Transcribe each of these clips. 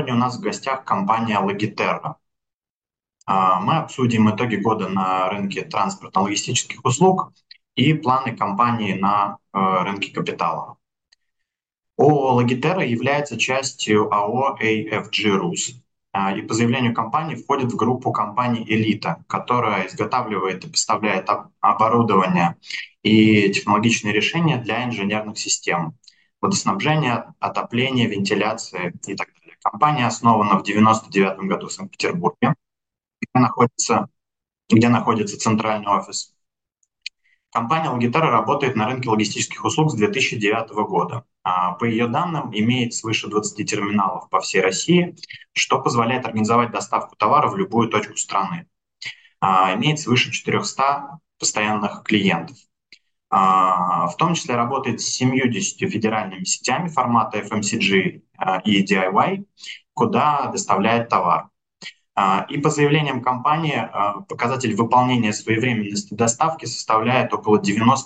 Сегодня у нас в гостях компания Logiterra. Мы обсудим итоги года на рынке транспортно-логистических услуг и планы компании на рынке капитала. ООО Logiterra является частью АО AFG Rus и по заявлению компании входит в группу компаний «Элита», которая изготавливает и поставляет оборудование и технологичные решения для инженерных систем, водоснабжения, отопления, вентиляции и так далее. Компания основана в 1999 году в Санкт-Петербурге, где находится центральный офис. Компания Logiterra работает на рынке логистических услуг с 2009 года. По ее данным, имеет свыше 20 терминалов по всей России, что позволяет организовать доставку товара в любую точку страны. Имеет свыше 400 постоянных клиентов. В том числе работает с 70 федеральными сетями формата FMCG и DIY, куда доставляет товар. И по заявлениям компании показатель выполнения своевременности доставки составляет около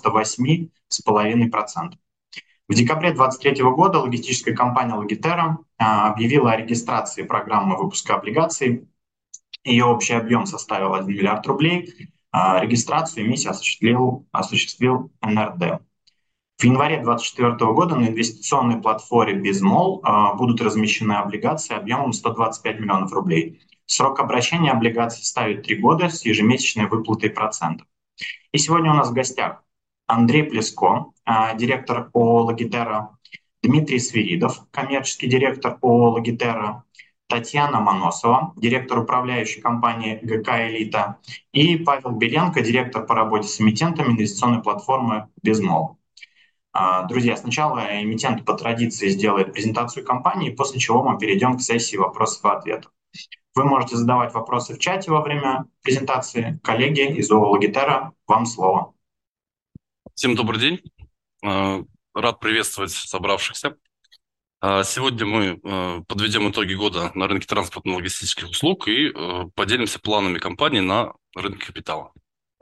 98,5%. В декабре 2023 года логистическая компания Logiterra объявила о регистрации программы выпуска облигаций. Ее общий объем составил 1 миллиард рублей. Регистрацию эмиссии осуществил НРД. В январе 2024 года на инвестиционной платформе Bizmall будут размещены облигации объемом 125 миллионов рублей. Срок обращения облигаций составит 3 года с ежемесячной выплатой процентов. И сегодня у нас в гостях Андрей Плеско, директор ООО Logiterra, Дмитрий Свиридов, коммерческий директор ООО Logiterra, Татьяна Моносова, директор управляющей компании ГК «Элита», и Павел Беленко, директор по работе с эмитентами инвестиционной платформы Bizmall. Друзья, сначала эмитент по традиции сделает презентацию компании, после чего мы перейдем к сессии вопросов и ответов. Вы можете задавать вопросы в чате во время презентации. Коллеги из ООО Logiterra, вам слово. Всем добрый день. Рад приветствовать собравшихся. Сегодня мы подведем итоги года на рынке транспортно-логистических услуг и поделимся планами компании на рынке капитала.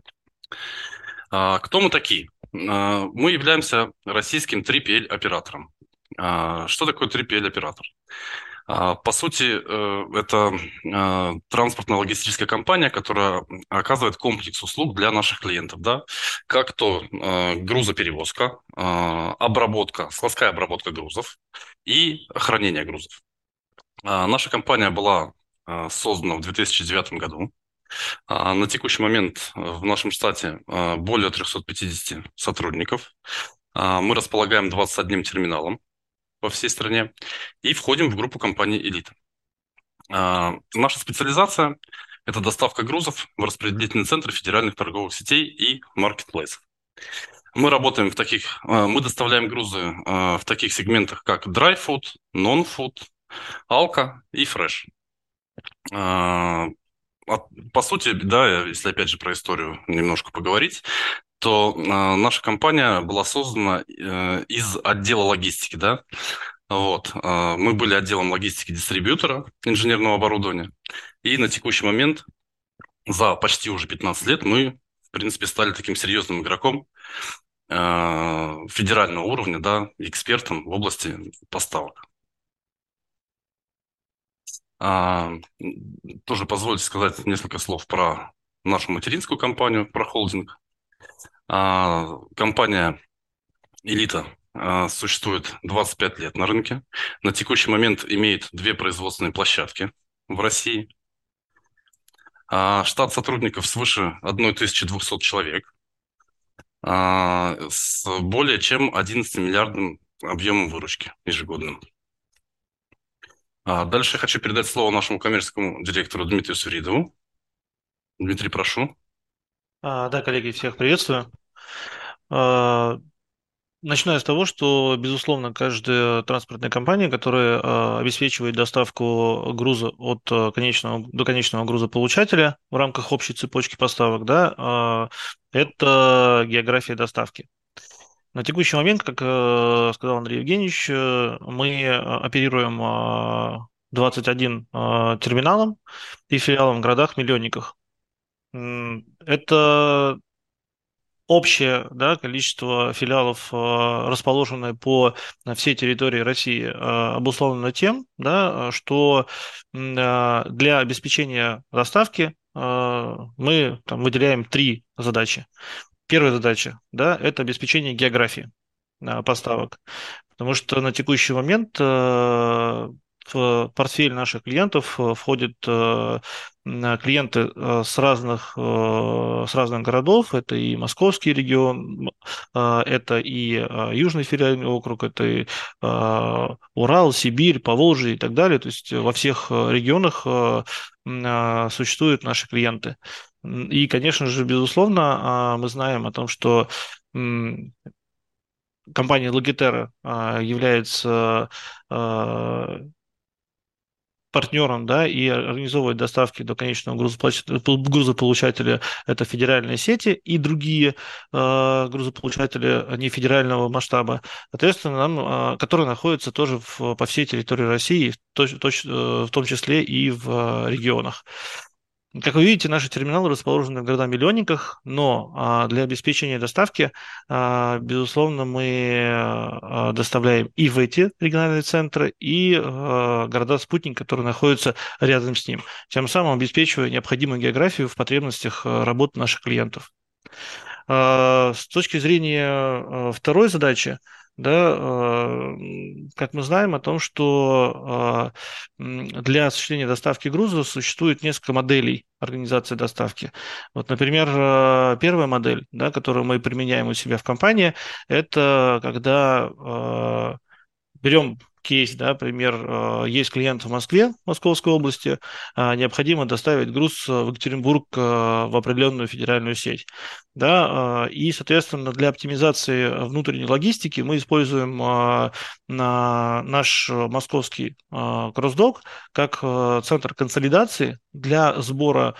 Кто мы такие? Мы являемся российским 3PL-оператором. Что такое 3PL-оператор? По сути, это транспортно-логистическая компания, которая оказывает комплекс услуг для наших клиентов, да, как то грузоперевозка, обработка, складская обработка грузов и хранение грузов. Наша компания была создана в 2009 году. На текущий момент в нашем штате более 350 сотрудников. Мы располагаем 21 терминалом по всей стране и входим в группу компании «Элита». Наша специализация – это доставка грузов в распределительные центры федеральных торговых сетей и маркетплейсов. Мы работаем мы доставляем грузы в таких сегментах, как dry food, non-food, алко и фреш. По сути, да, если опять же про историю немножко поговорить, то наша компания была создана из отдела логистики, да. Вот. Мы были отделом логистики дистрибьютора инженерного оборудования. И на текущий момент, за почти уже 15 лет, мы, в принципе, стали таким серьезным игроком федерального уровня, да, экспертом в области поставок. Тоже позвольте сказать несколько слов про нашу материнскую компанию, про холдинг. Компания «Элита» существует 25 лет на рынке. На текущий момент имеет 2 производственные площадки в России. Штат сотрудников свыше 1200 человек с более чем 11 миллиардным объемом выручки ежегодным. Дальше я хочу передать слово нашему коммерческому директору Дмитрию Свиридову. Дмитрий, прошу. Да, коллеги, всех приветствую. А, Начиная с того, что, безусловно, каждая транспортная компания, которая обеспечивает доставку груза до конечного грузополучателя в рамках общей цепочки поставок, да, это география доставки. На текущий момент, как сказал Андрей Евгеньевич, мы оперируем 21 терминалом и филиалом в городах-миллионниках. Это общее, да, количество филиалов, расположенное по всей территории России, обусловлено тем, да, что для обеспечения доставки мы там выделяем три задачи. Первая задача, да, это обеспечение географии поставок. Потому что на текущий момент в портфель наших клиентов входят клиенты с разных городов. Это и Московский регион, это и Южный федеральный округ, это и Урал, Сибирь, Поволжье и так далее. То есть во всех регионах существуют наши клиенты. И, конечно же, безусловно, мы знаем о том, что компания Logitera является партнером, да, и организовывает доставки до конечного грузополучателя, это федеральные сети и другие грузополучатели не федерального масштаба, соответственно, которые находятся тоже по всей территории России, в том числе и в регионах. Как вы видите, наши терминалы расположены в городах-миллионниках, но для обеспечения доставки, безусловно, мы доставляем и в эти региональные центры, и города-спутники, которые находятся рядом с ним, тем самым обеспечивая необходимую географию в потребностях работы наших клиентов. С точки зрения второй задачи, да, как мы знаем о том, что для осуществления доставки груза существует несколько моделей организации доставки. Вот, например, первая модель, да, которую мы применяем у себя в компании, это когда берем кейс, да, пример, есть клиент в Москве, Московской области, необходимо доставить груз в Екатеринбург в определенную федеральную сеть, да, и, соответственно, для оптимизации внутренней логистики мы используем наш московский кроссдок как центр консолидации для сбора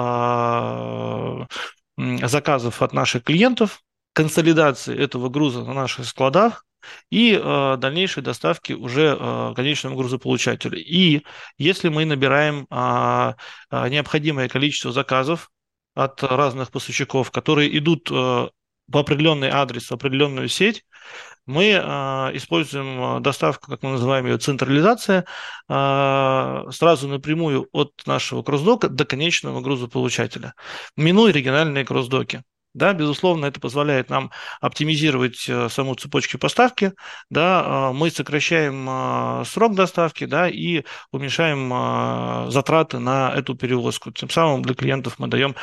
заказов от наших клиентов, консолидации этого груза на наших складах, и дальнейшей доставки уже конечному грузополучателю. И если мы набираем необходимое количество заказов от разных поставщиков, которые идут в определенный адрес, в определенную сеть, мы используем доставку, как мы называем ее, централизация, сразу напрямую от нашего кроссдока до конечного грузополучателя, минуя региональные кроссдоки. Да, безусловно, это позволяет нам оптимизировать саму цепочку поставки, да, мы сокращаем срок доставки, да, и уменьшаем затраты на эту перевозку. Тем самым для клиентов мы даем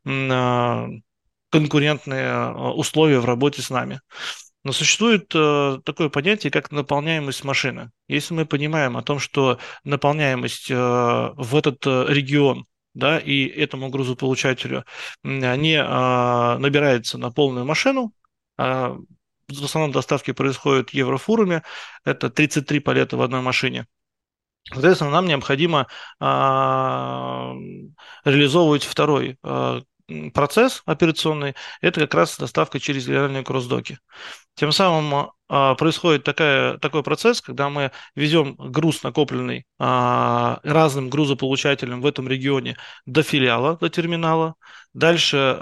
конкурентные условия в работе с нами. Но существует такое понятие, как наполняемость машины. Если мы понимаем о том, что наполняемость в этот регион, да, и этому грузополучателю не набирается на полную машину, в основном доставки происходят еврофурами, это 33 палета в одной машине. Соответственно, нам необходимо реализовывать второй процесс операционный, это как раз доставка через реальные кроссдоки. Тем самым происходит такой процесс, когда мы везем груз, накопленный разным грузополучателям в этом регионе до филиала, до терминала. Дальше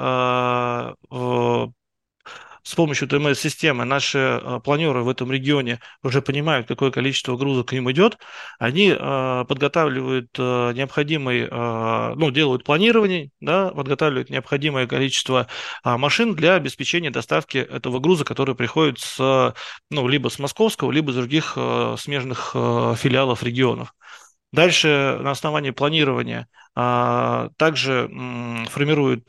с помощью ТМС-системы наши планеры в этом регионе уже понимают, какое количество груза к ним идет. Они подготавливают необходимый, ну, делают планирование, да, подготавливают необходимое количество машин для обеспечения доставки этого груза, который приходит ну, либо с московского, либо с других смежных филиалов регионов. Дальше на основании планирования также формируют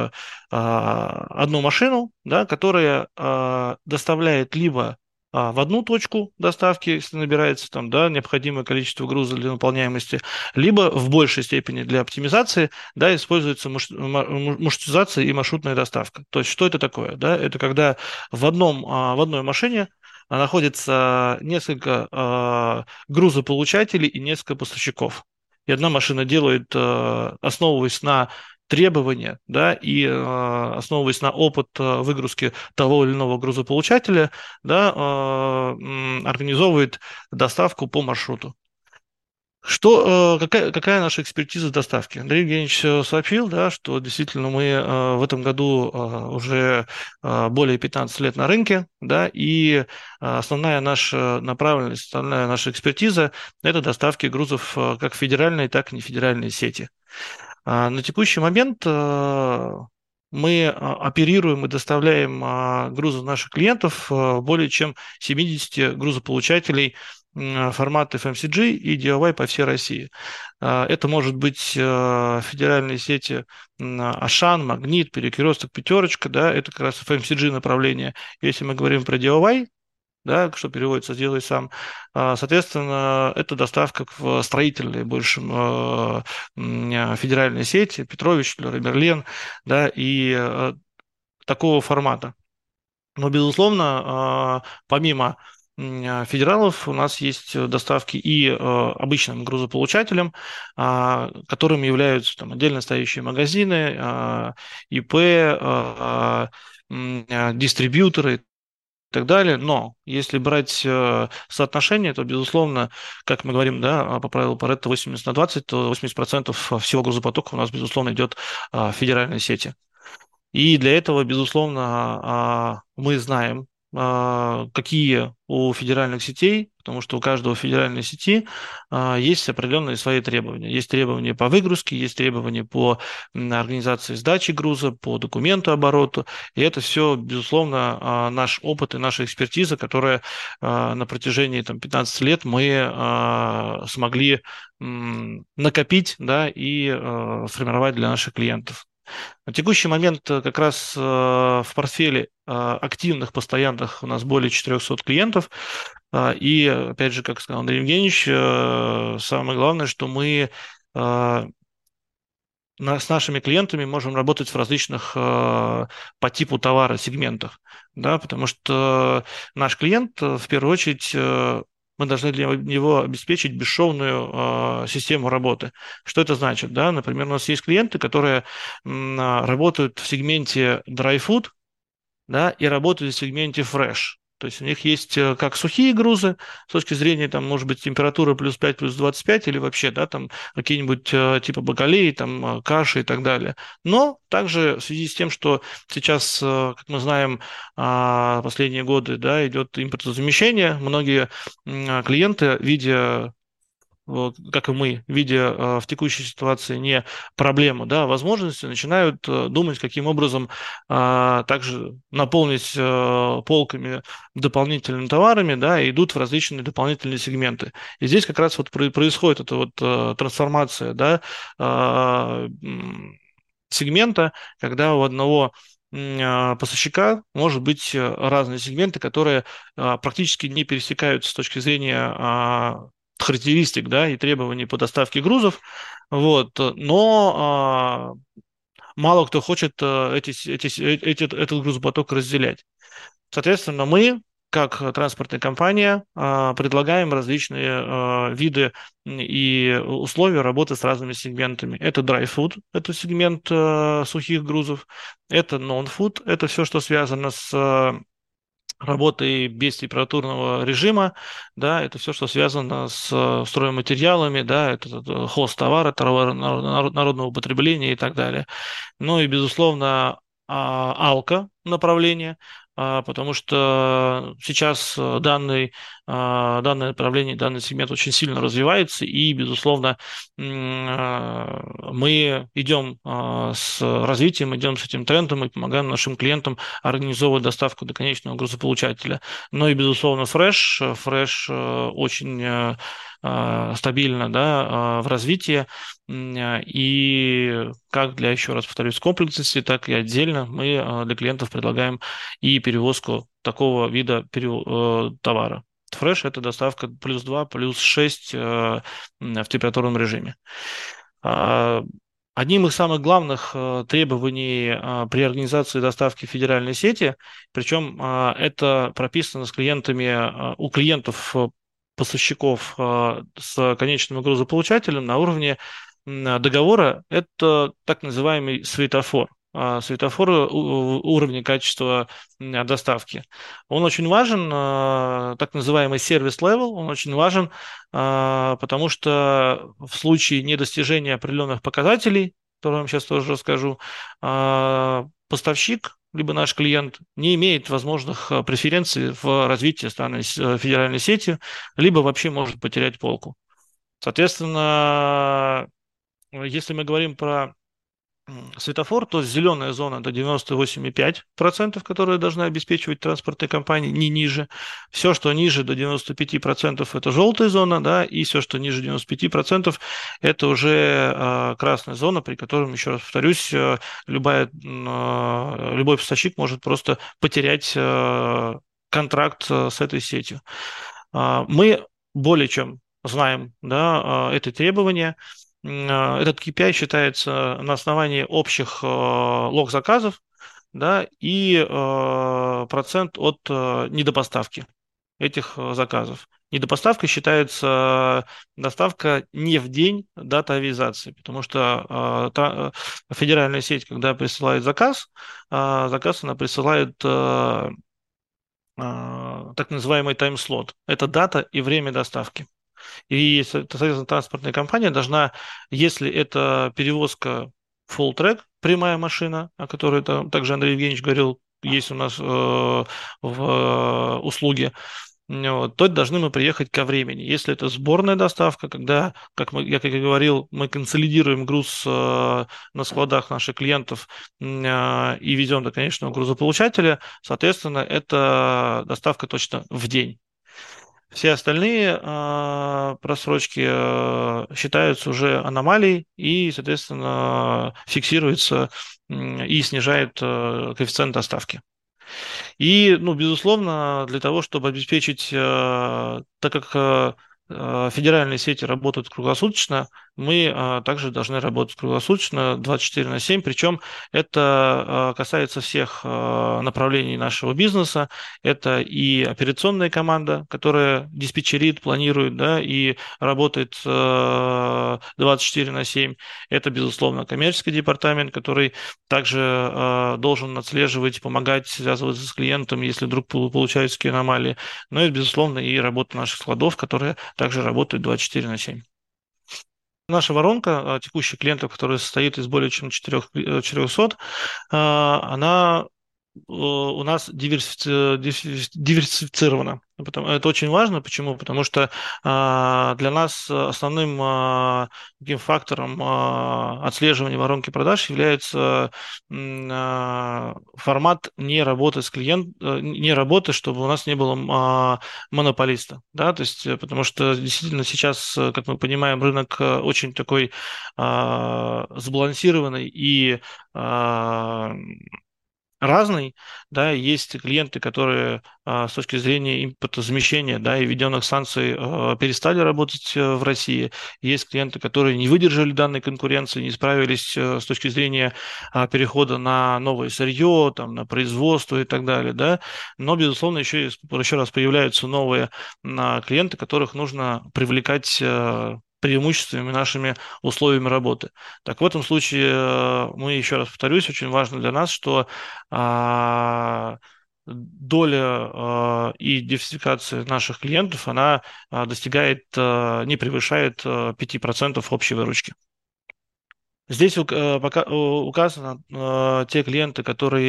одну машину, да, которая доставляет либо в одну точку доставки, если набирается там, да, необходимое количество груза для наполняемости, либо в большей степени для оптимизации, да, используется маршрутизация и маршрутная доставка. То есть что это такое? Да? Это когда в одной машине находится несколько грузополучателей и несколько поставщиков. И одна машина делает, основываясь на требования, да, и основываясь на опыт выгрузки того или иного грузополучателя, да, организовывает доставку по маршруту. Какая наша экспертиза доставки? Андрей Евгеньевич сообщил, да, что действительно мы в этом году уже более 15 лет на рынке, да, и основная наша направленность, основная наша экспертиза – это доставки грузов как федеральной, так и нефедеральной сети. На текущий момент мы оперируем и доставляем грузы наших клиентов более чем 70 грузополучателей формат FMCG и DIY по всей России. Это может быть федеральные сети Ашан, Магнит, Перекресток, Пятерочка, да, это как раз FMCG направление. Если мы говорим про DIY, да, что переводится «сделай сам». Соответственно, это доставка в строительные больше федеральные сети, Петрович, Леруа Мерлен, да, и такого формата. Но, безусловно, помимо федералов у нас есть доставки и обычным грузополучателям, которыми являются там, отдельно стоящие магазины, ИП, дистрибьюторы и так далее. Но если брать соотношение, то, безусловно, как мы говорим, да, по правилу Паретто 80/20, то 80% всего грузопотока у нас, безусловно, идет в федеральной сети. И для этого, безусловно, мы знаем, какие у федеральных сетей, потому что у каждого федеральной сети есть определенные свои требования. Есть требования по выгрузке, есть требования по организации сдачи груза, по документообороту. И это все, безусловно, наш опыт и наша экспертиза, которая на протяжении 15 лет мы смогли накопить, да, и формировать для наших клиентов. На текущий момент как раз в портфеле активных, постоянных у нас более 400 клиентов. И, опять же, как сказал Андрей Евгеньевич, самое главное, что мы с нашими клиентами можем работать в различных по типу товара сегментах, да, потому что наш клиент, в первую очередь, мы должны для него обеспечить бесшовную систему работы. Что это значит? Да? Например, у нас есть клиенты, которые работают в сегменте dry food, да, и работают в сегменте fresh. То есть у них есть как сухие грузы, с точки зрения, там, может быть, температура +5, +25, или вообще, да, там, какие-нибудь типа бакалеи, там, каши и так далее. Но также в связи с тем, что сейчас, как мы знаем, последние годы, да, идет импортозамещение, многие клиенты, видя вот, как и мы, видя в текущей ситуации не проблему, да, а возможности, начинают думать, каким образом также наполнить полками дополнительными товарами, да, и идут в различные дополнительные сегменты. И здесь как раз вот происходит эта вот трансформация, да, сегмента, когда у одного поставщика может быть разные сегменты, которые практически не пересекаются с точки зрения характеристик, да, и требований по доставке грузов, вот, но мало кто хочет этот грузопоток разделять. Соответственно, мы, как транспортная компания, предлагаем различные виды и условия работы с разными сегментами. Это dry food, это сегмент сухих грузов, это non-food, это все, что связано с работой без температурного режима, да, это все, что связано с стройматериалами, да, это хост товара, товар народного потребления и так далее. Ну и, безусловно, алко направление, потому что сейчас данное направление, данный сегмент очень сильно развивается, и, безусловно, мы идем с развитием, идем с этим трендом и помогаем нашим клиентам организовывать доставку до конечного грузополучателя. Ну и, безусловно, фреш очень стабильно, да, в развитии. И как для, еще раз повторюсь, комплексности, так и отдельно мы для клиентов предлагаем и перевозку такого вида товара. Фреш – это доставка +2, +6 в температурном режиме. Одним из самых главных требований при организации доставки федеральной сети, причем это прописано с клиентами, у клиентов поставщиков с конечным грузополучателем на уровне договора, это так называемый светофор. светофора уровня качества доставки. Он очень важен, так называемый сервис-левел, он очень важен, потому что в случае недостижения определенных показателей, которые я вам сейчас тоже расскажу, поставщик, либо наш клиент не имеет возможных преференций в развитии данной федеральной сети, либо вообще может потерять полку. Соответственно, если мы говорим про светофор, то зеленая зона до 98,5%, которая должна обеспечивать транспортные компании, не ниже. Все, что ниже до 95%, это желтая зона, да, и все, что ниже 95%, это уже красная зона, при котором, еще раз повторюсь, любой поставщик может просто потерять контракт с этой сетью. Мы более чем знаем, да, это требование. Этот KPI считается на основании общих лог-заказов, да, и процент от недопоставки этих заказов. Недопоставкой считается доставка не в день даты авиазации, потому что федеральная сеть, когда присылает заказ она присылает так называемый тайм-слот. Это дата и время доставки. И, соответственно, транспортная компания должна, если это перевозка full track, прямая машина, о которой там также Андрей Евгеньевич говорил, есть у нас в услуге, вот, то должны мы приехать ко времени. Если это сборная доставка, когда, я как и говорил, мы консолидируем груз на складах наших клиентов и везем до конечного грузополучателя, соответственно, это доставка точно в день. Все остальные просрочки считаются уже аномалией и, соответственно, фиксируется и снижает коэффициент доставки. И, ну, безусловно, для того, чтобы обеспечить, так как федеральные сети работают круглосуточно, мы также должны работать круглосуточно 24/7, причем это касается всех направлений нашего бизнеса. Это и операционная команда, которая диспетчерит, планирует, да, и работает 24/7. Это, безусловно, коммерческий департамент, который также должен отслеживать, помогать связываться с клиентом, если вдруг получаются такие аномалии. Но это, безусловно, и работа наших складов, которые также работают 24/7. Наша воронка текущих клиентов, которая состоит из более чем 400, она у нас диверсифицирована. Это очень важно. Почему? Потому что для нас основным таким фактором отслеживания воронки продаж является формат не работы с клиентом, не работы, чтобы у нас не было монополиста. Да? То есть, потому что действительно сейчас, как мы понимаем, рынок очень такой сбалансированный и разный, да, есть клиенты, которые с точки зрения импортозамещения, да, и введенных санкций перестали работать в России, есть клиенты, которые не выдержали данной конкуренции, не справились с точки зрения перехода на новое сырье, там, на производство и так далее, да, но, безусловно, еще раз появляются новые клиенты, которых нужно привлекать преимуществами нашими условиями работы. Так в этом случае мы, еще раз повторюсь, очень важно для нас, что доля и диверсификация наших клиентов, она достигает, не превышает 5% общей выручки. Здесь пока указаны те клиенты,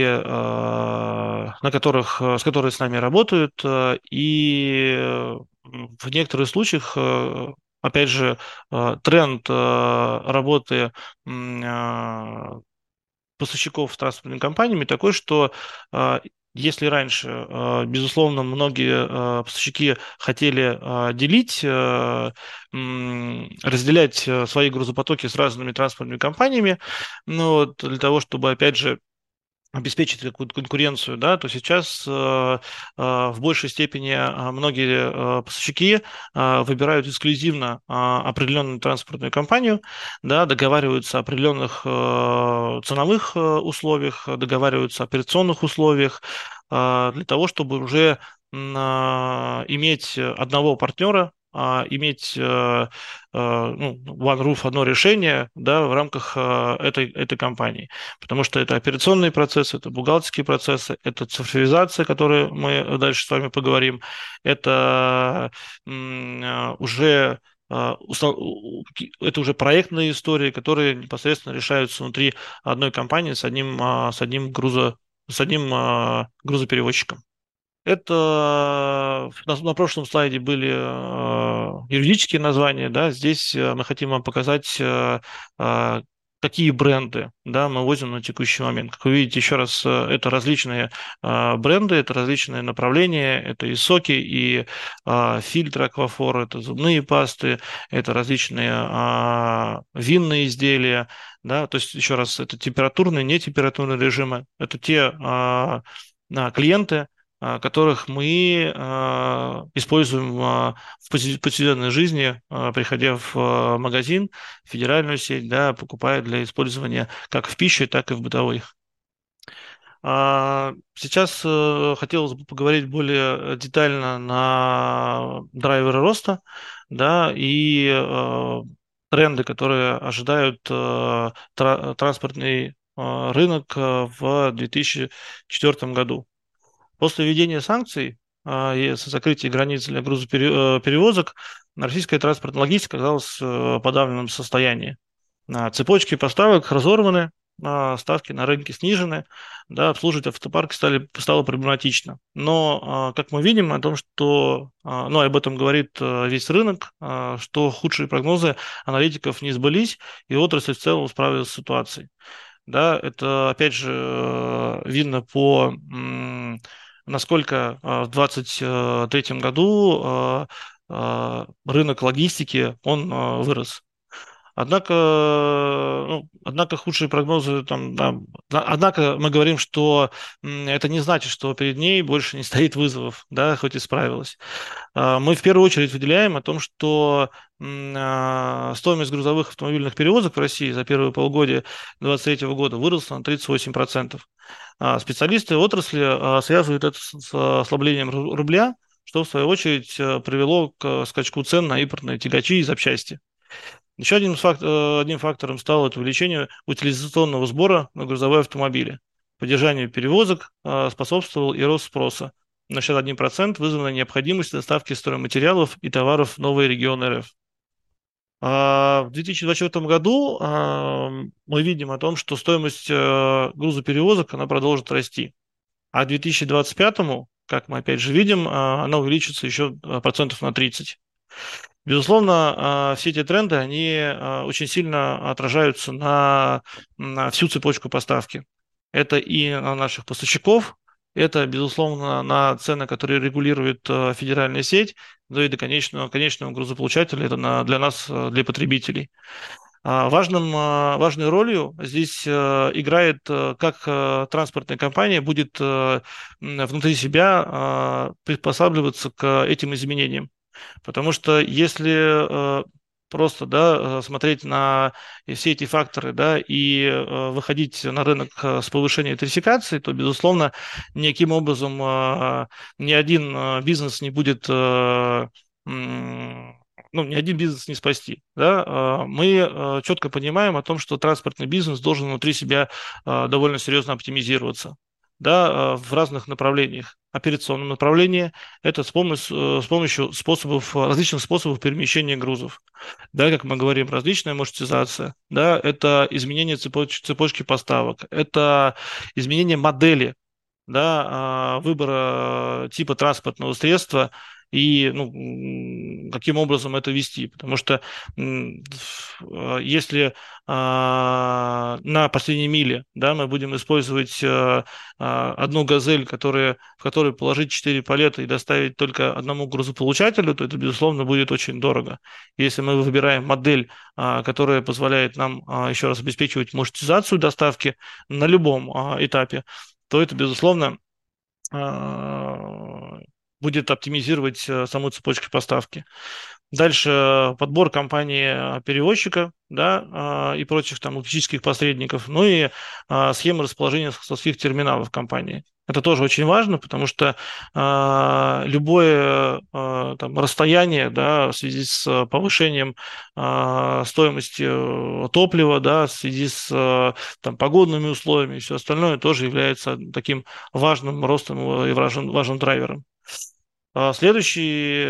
с которыми с нами работают, и в некоторых случаях, опять же, тренд работы поставщиков с транспортными компаниями такой, что если раньше, безусловно, многие поставщики хотели разделять свои грузопотоки с разными транспортными компаниями, ну, вот, для того, чтобы, опять же, обеспечить какую-то конкуренцию, да, то сейчас в большей степени многие поставщики выбирают эксклюзивно определенную транспортную компанию, да, договариваются о определенных ценовых условиях, договариваются о операционных условиях для того, чтобы уже иметь одного партнера, иметь one roof, одно решение, да, в рамках этой компании. Потому что это операционные процессы, это бухгалтерские процессы, это цифровизация, о которой мы дальше с вами поговорим, это уже это уже проектные истории, которые непосредственно решаются внутри одной компании с одним грузоперевозчиком. Это на прошлом слайде были юридические названия, да, здесь мы хотим вам показать, какие бренды, да, мы возим на текущий момент. Как вы видите, еще раз, это различные бренды, это различные направления, это и соки, и фильтры аквафор, это зубные пасты, это различные винные изделия, да, то есть еще раз, это температурные, нетемпературные режимы, это те клиенты, которых мы используем в повседневной жизни, приходя в магазин, в федеральную сеть, да, покупая для использования как в пище, так и в бытовых. Сейчас хотелось бы поговорить более детально на драйверы роста, да, и тренды, которые ожидают транспортный рынок в 2004 году. После введения санкций и закрытия границ для грузоперевозок российская транспортная логистика оказалась в подавленном состоянии. Цепочки поставок разорваны, ставки на рынке снижены, да, обслуживать автопарки стало проблематично. Но, как мы видим, ну, об этом говорит весь рынок, что худшие прогнозы аналитиков не сбылись, и отрасль в целом справилась с ситуацией. Да, это, опять же, видно по насколько в 2023 году рынок логистики, он вырос. Однако худшие прогнозы там, да, однако мы говорим, что это не значит, что перед ней больше не стоит вызовов, да, хоть и справилась. Мы в первую очередь выделяем о том, что стоимость грузовых автомобильных перевозок в России за первое полугодие 2023 года выросла на 38%. Специалисты отрасли связывают это с ослаблением рубля, что в свою очередь привело к скачку цен на импортные тягачи и запчасти. Еще одним фактором стало это увеличение утилизационного сбора на грузовые автомобили. Поддержанию перевозок способствовал и рост спроса на 61%, вызванной необходимостью доставки стройматериалов и товаров в новые регионы РФ. В 2024 году мы видим о том, что стоимость грузоперевозок она продолжит расти. А к 2025, как мы опять же видим, она увеличится еще процентов на 30. Безусловно, все эти тренды, они очень сильно отражаются на всю цепочку поставки. Это и на наших поставщиков, это, безусловно, на цены, которые регулирует федеральная сеть, да и до конечного грузополучателя, это для нас, для потребителей. Важной ролью здесь играет, как транспортная компания будет внутри себя приспосабливаться к этим изменениям. Потому что если просто, да, смотреть на все эти факторы, да, и выходить на рынок с повышением тарификации, то, безусловно, никаким образом ни один бизнес не будет, ни один бизнес не спасти. Да? Мы четко понимаем о том, что транспортный бизнес должен внутри себя довольно серьезно оптимизироваться, да, в разных направлениях. Операционном направлении это с помощью различных способов перемещения грузов. Да, как мы говорим, различная маршрутизация, да, это изменение цепочки поставок, это изменение модели, да, выбора типа транспортного средства и каким образом это вести. Потому что если на последней миле, да, мы будем использовать одну «Газель», в которую положить 4 палета и доставить только одному грузополучателю, то это, безусловно, будет очень дорого. Если мы выбираем модель, которая позволяет нам, еще раз, обеспечивать маршрутизацию доставки на любом этапе, то это, безусловно, будет оптимизировать саму цепочку поставки. Дальше подбор компании-перевозчика, да, и прочих там логистических посредников, ну и схема расположения складских терминалов компании. Это тоже очень важно, потому что любое там, расстояние, да, в связи с повышением стоимости топлива, да, в связи с там, погодными условиями и все остальное тоже является таким важным ростом и важным драйвером. Следующий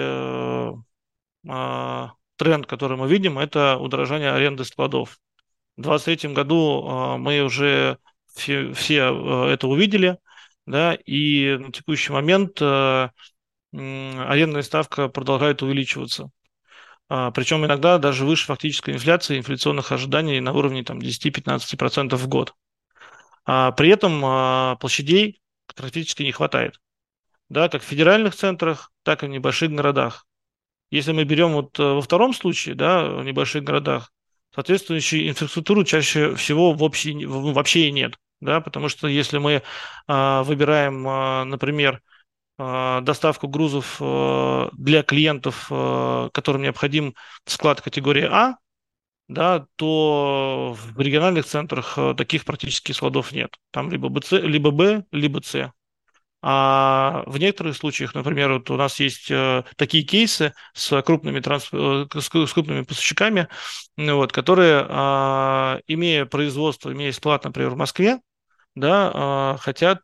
тренд, который мы видим, это удорожание аренды складов. В 2023 году мы уже все это увидели, да, и на текущий момент арендная ставка продолжает увеличиваться. Причем иногда даже выше фактической инфляции, инфляционных ожиданий на уровне там, 10-15% в год. При этом площадей катастрофически не хватает, да, как в федеральных центрах, так и в небольших городах. Если мы берем вот во втором случае, да, в небольших городах, соответствующей инфраструктуры чаще всего вообще и нет, да, потому что если мы выбираем, например, доставку грузов для клиентов, которым необходим склад категории А, да, то в региональных центрах таких практически складов нет. Там либо БЦ, либо Б, либо С. А в некоторых случаях, например, вот у нас есть такие кейсы с с крупными поставщиками, ну вот, которые, имея производство, имея склад, например, в Москве, да, хотят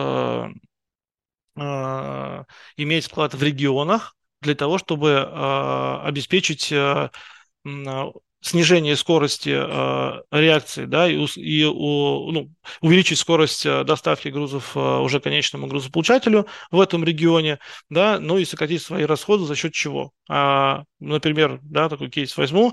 э, иметь склад в регионах для того, чтобы обеспечить снижение скорости реакции, да, ну, увеличить скорость доставки грузов уже конечному грузополучателю в этом регионе, да, ну и сократить свои расходы за счет чего? Например, да, такой кейс возьму,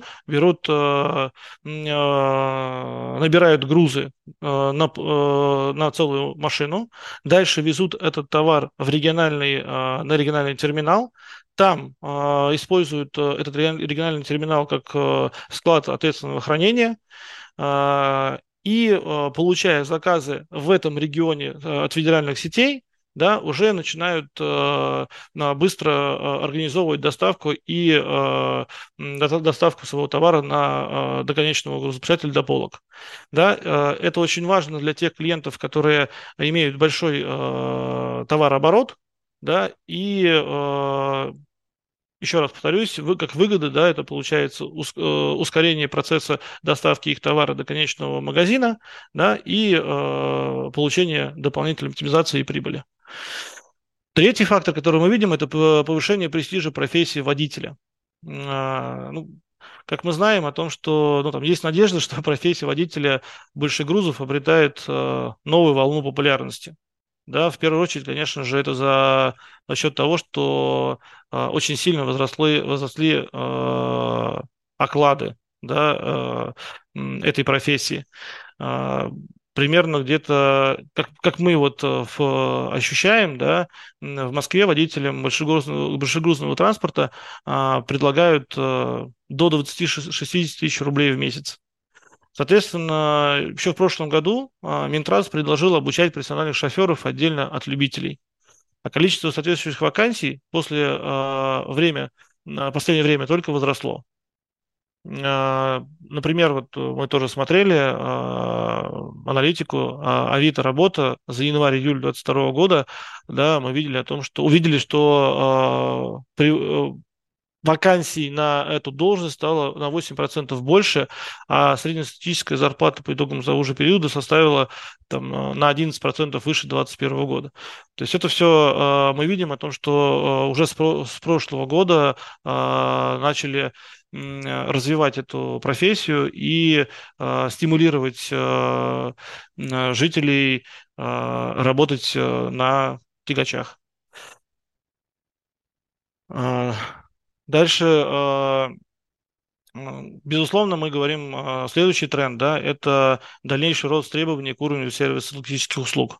набирают грузы на целую машину, дальше везут этот товар на региональный терминал, там используют этот региональный терминал как склад ответственного хранения, и получая заказы в этом регионе от федеральных сетей, да, уже начинают быстро организовывать доставку и доставку своего товара до конечного грузополучателя, до полок. Да, это очень важно для тех клиентов, которые имеют большой товарооборот, да, и еще раз повторюсь, как выгода, да, это получается ускорение процесса доставки их товара до конечного магазина, да, и получение дополнительной оптимизации и прибыли. Третий фактор, который мы видим, это повышение престижа профессии водителя. Ну, как мы знаем о том, что ну, там есть надежда, что профессия водителя больших грузов обретает новую волну популярности. Да, в первую очередь, конечно же, это за счет того, что очень сильно возросли оклады, да, этой профессии. А, Примерно где-то, как мы вот ощущаем, да, в Москве водителям большегрузного транспорта предлагают до 20-60 тысяч рублей в месяц. Соответственно, еще в прошлом году Минтранс предложил обучать профессиональных шоферов отдельно от любителей. А количество соответствующих вакансий последнее время только возросло. Например, вот мы тоже смотрели аналитику Авито работа за январь-июль 2022 года, да, мы увидели, что вакансий на эту должность стало на 8% больше, а среднестатистическая зарплата по итогам того же периода составила там, на 11% выше 2021 года. То есть это все мы видим о том, что уже с прошлого года начали развивать эту профессию и стимулировать жителей работать на тягачах. А, Дальше, безусловно, мы говорим, следующий тренд, да, это дальнейший рост требований к уровню сервиса логистических услуг.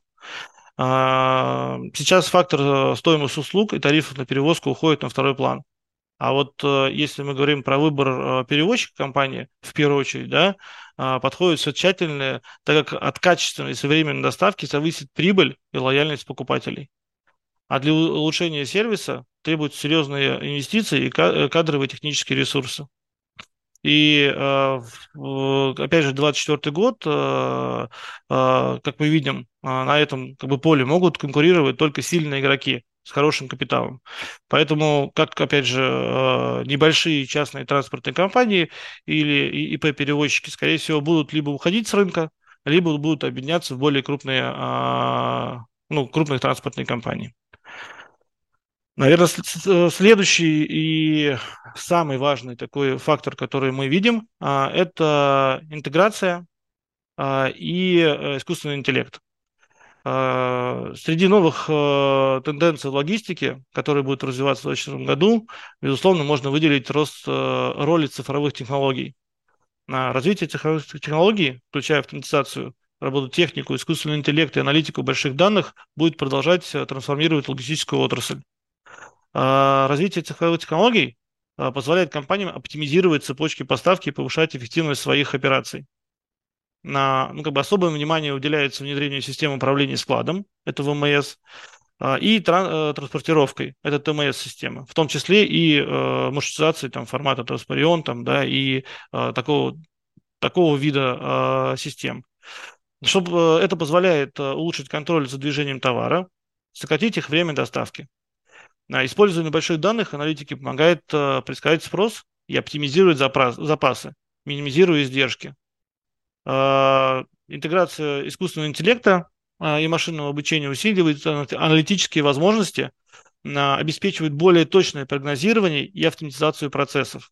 Сейчас фактор стоимости услуг и тарифов на перевозку уходит на второй план. А вот если мы говорим про выбор перевозчика компании, в первую очередь, да, подходит все тщательно, так как от качественной и современной доставки зависит прибыль и лояльность покупателей. А для улучшения сервиса требуются серьезные инвестиции и кадровые технические ресурсы. И, опять же, 2024 год, как мы видим, на этом как бы поле могут конкурировать только сильные игроки с хорошим капиталом. Поэтому, как, опять же, небольшие частные транспортные компании или ИП-перевозчики, скорее всего, будут либо уходить с рынка, либо будут объединяться в более крупные, ну, крупных транспортные компании. Наверное, следующий и самый важный такой фактор, который мы видим, это интеграция и искусственный интеллект. Среди новых тенденций в логистике, которые будут развиваться в 2024 году, безусловно, можно выделить рост роли цифровых технологий. Развитие цифровых технологий, включая автоматизацию, работу технику, искусственный интеллект и аналитику больших данных, будет продолжать трансформировать логистическую отрасль. Развитие цифровых технологий позволяет компаниям оптимизировать цепочки поставки и повышать эффективность своих операций. Ну, как бы особое внимание уделяется внедрению систем управления складом, это ВМС, и транспортировкой, это ТМС-система, в том числе и маршрутизацией там, формата Транспарион там, да, и такого вида систем. Чтобы это позволяет улучшить контроль за движением товара, сократить их время доставки. Использование больших данных аналитики помогает предсказать спрос и оптимизировать запасы, минимизируя издержки. Интеграция искусственного интеллекта и машинного обучения усиливает аналитические возможности, обеспечивает более точное прогнозирование и автоматизацию процессов.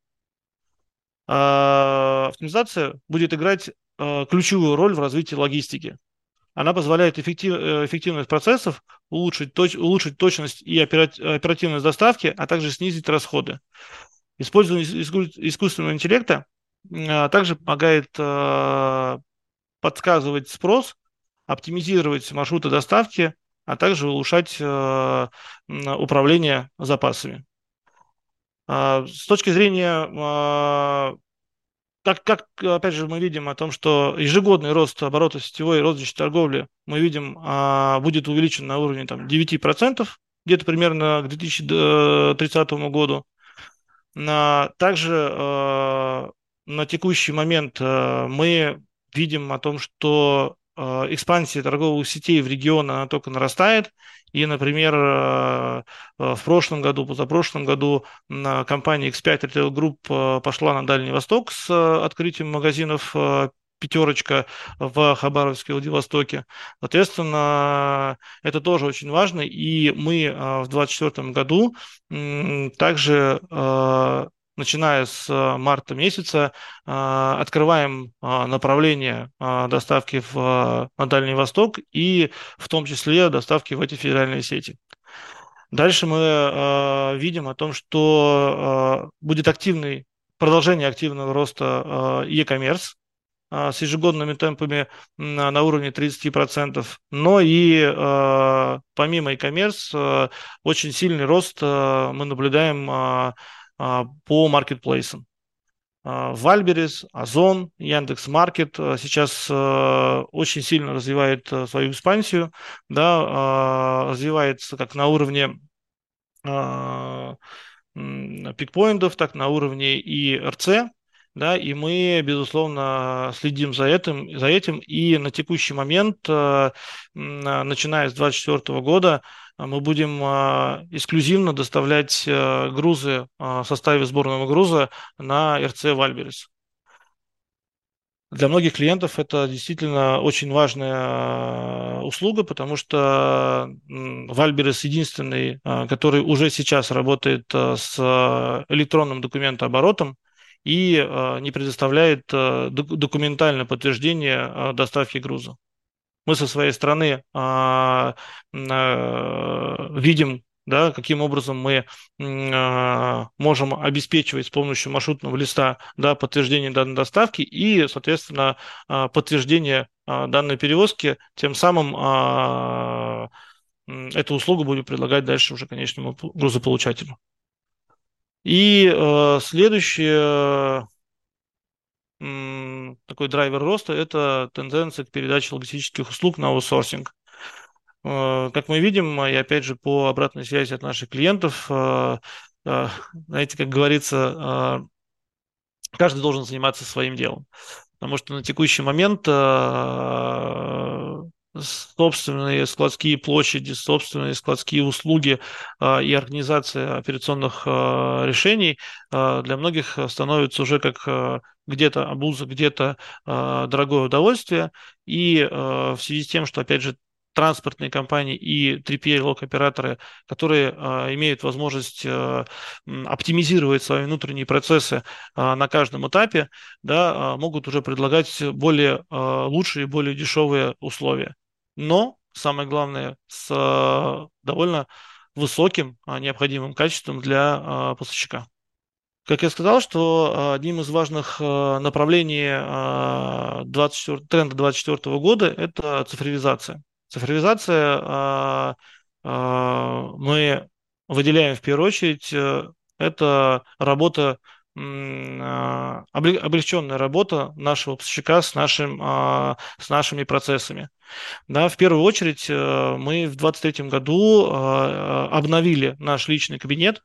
Автоматизация будет играть ключевую роль в развитии логистики. Она позволяет эффективность процессов улучшить точность и оперативность доставки, а также снизить расходы. Использование искусственного интеллекта также помогает подсказывать спрос, оптимизировать маршруты доставки, а также улучшать управление запасами. С точки зрения опять же, мы видим о том, что ежегодный рост оборота сетевой и розничной торговли, мы видим, будет увеличен на уровне там, 9%, где-то примерно к 2030 году. Также на текущий момент мы видим о том, что экспансия торговых сетей в регионе она только нарастает. И, например, в прошлом году, позапрошлом году компания X5 Retail Group пошла на Дальний Восток с открытием магазинов «Пятерочка» в Хабаровске и Владивостоке. Соответственно, это тоже очень важно. И мы в 2024 году также начиная с марта месяца, открываем направление доставки на Дальний Восток и в том числе доставки в эти федеральные сети. Дальше мы видим о том, что будет продолжение активного роста e-commerce с ежегодными темпами на уровне 30%, но и помимо e-commerce очень сильный рост мы наблюдаем по маркетплейсам. Вальберес, Озон, Яндекс.Маркет сейчас очень сильно развивает свою экспансию, да, развивается как на уровне пикпоинтов, так на уровне и РЦ, да, и мы, безусловно, следим за этим, и на текущий момент, начиная с 2024 года, мы будем эксклюзивно доставлять грузы в составе сборного груза на РЦ Вальберес. Для многих клиентов это действительно очень важная услуга, потому что Вальберес единственный, который уже сейчас работает с электронным документооборотом и не предоставляет документальное подтверждение доставки груза. Мы со своей стороны видим, да, каким образом мы можем обеспечивать с помощью маршрутного листа, да, подтверждение данной доставки и, соответственно, подтверждение данной перевозки. Тем самым эту услугу будем предлагать дальше уже конечному грузополучателю. И следующее такой драйвер роста – это тенденция к передаче логистических услуг на аутсорсинг. Как мы видим, и опять же по обратной связи от наших клиентов, знаете, как говорится, каждый должен заниматься своим делом. Потому что на текущий момент собственные складские площади, собственные складские услуги и организация операционных решений для многих становится уже как где-то обуза, где-то дорогое удовольствие. И в связи с тем, что, опять же, транспортные компании и 3PL-лок-операторы, которые имеют возможность оптимизировать свои внутренние процессы на каждом этапе, да, могут уже предлагать более лучшие, более дешевые условия. Но самое главное, с довольно высоким необходимым качеством для поставщика. Как я сказал, что одним из важных направлений 24, тренда 2024 года это цифровизация. Цифровизация мы выделяем в первую очередь, это работа, облегченная работа нашего поставщика с нашими процессами. Да, в первую очередь мы в 2023 году обновили наш личный кабинет,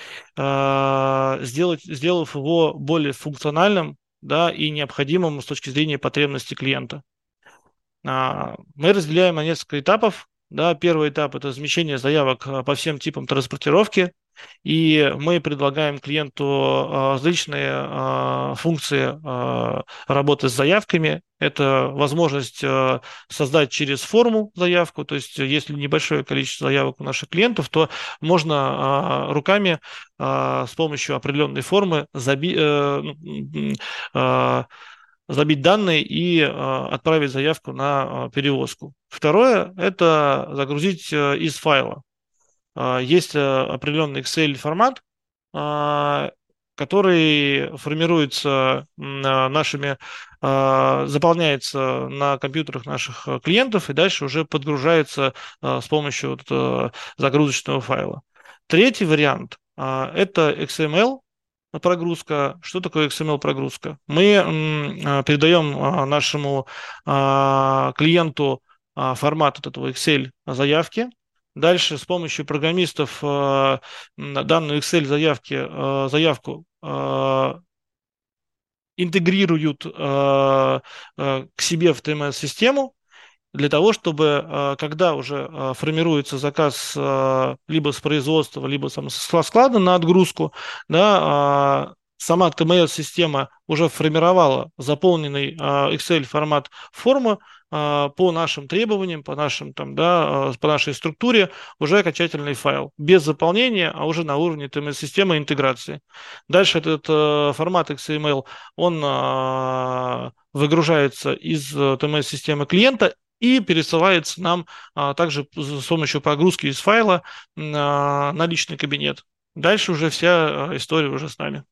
сделав его более функциональным, да, и необходимым с точки зрения потребностей клиента. Мы разделяем на несколько этапов. Да, первый этап – это размещение заявок по всем типам транспортировки, и мы предлагаем клиенту различные функции работы с заявками. Это возможность создать через форму заявку, то есть если небольшое количество заявок у наших клиентов, то можно руками с помощью определенной формы забить данные и отправить заявку на перевозку. Второе – это загрузить из файла. Есть определенный Excel-формат, который формируется нашими, заполняется на компьютерах наших клиентов и дальше уже подгружается с помощью загрузочного файла. Третий вариант – это XML прогрузка. Что такое XML прогрузка? Мы передаем нашему клиенту формат от этого Excel заявки. Дальше с помощью программистов данную Excel заявку интегрируют к себе в TMS-систему для того, чтобы, когда уже формируется заказ либо с производства, либо со склада на отгрузку, да, сама TMS-система уже формировала заполненный Excel-формат формы по нашим требованиям, по нашим, там, да, по нашей структуре, уже окончательный файл. Без заполнения, а уже на уровне TMS-системы интеграции. Дальше этот формат XML, он выгружается из TMS-системы клиента и пересылается нам также с помощью погрузки из файла на личный кабинет. Дальше уже вся история уже с нами.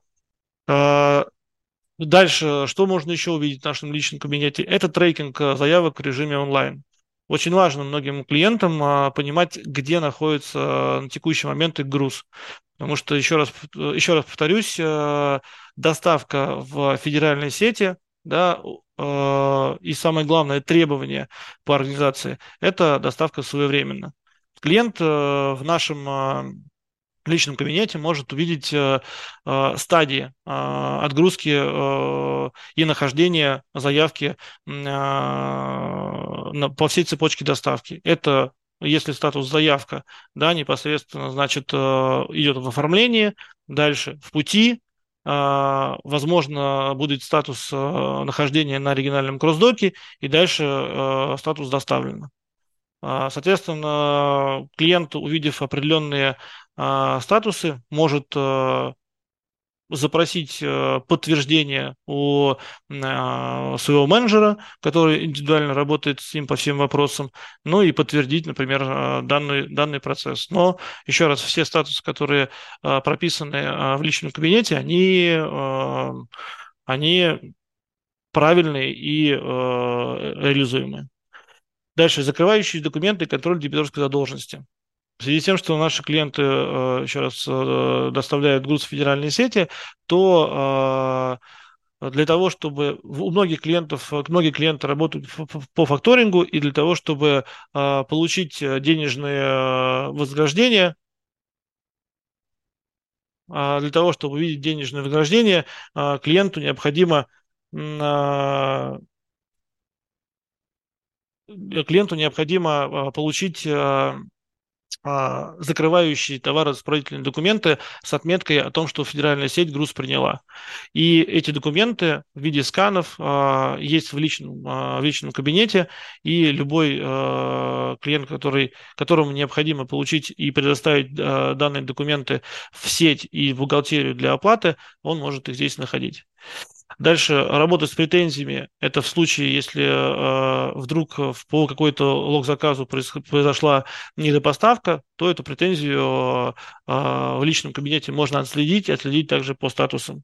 Дальше, что можно еще увидеть в нашем личном кабинете? Это трекинг заявок в режиме онлайн. Очень важно многим клиентам понимать, где находится на текущий момент их груз. Потому что, еще раз повторюсь, доставка в федеральной сети, да, и самое главное требование по организации – это доставка своевременно. Клиент в нашем личном кабинете может увидеть стадии отгрузки и нахождения заявки по всей цепочке доставки. Это если статус заявка, да, непосредственно, значит, идет в оформлении, дальше в пути, возможно, будет статус нахождения на оригинальном кроссдоке, и дальше статус доставлено. Соответственно, клиент, увидев определенные статусы, может запросить подтверждение у своего менеджера, который индивидуально работает с ним по всем вопросам, ну и подтвердить, например, данный процесс. Но, еще раз, все статусы, которые прописаны в личном кабинете, они правильные и реализуемые. Дальше, закрывающие документы и контроль дебиторской задолженности. В связи с тем, что наши клиенты, еще раз, доставляют груз в федеральные сети, то для того, чтобы многие клиенты работают по факторингу, и для того, чтобы получить денежные вознаграждения, для того, чтобы увидеть денежное вознаграждение, клиенту необходимо м, а, получить закрывающие товарораспределительные документы с отметкой о том, что федеральная сеть груз приняла. И эти документы в виде сканов есть в личном кабинете, и любой клиент, которому необходимо получить и предоставить данные документы в сеть и в бухгалтерию для оплаты, он может их здесь находить. Дальше работа с претензиями. Это в случае, если вдруг по какой-то лог-заказу произошла недопоставка, то эту претензию в личном кабинете можно отследить и отследить также по статусам.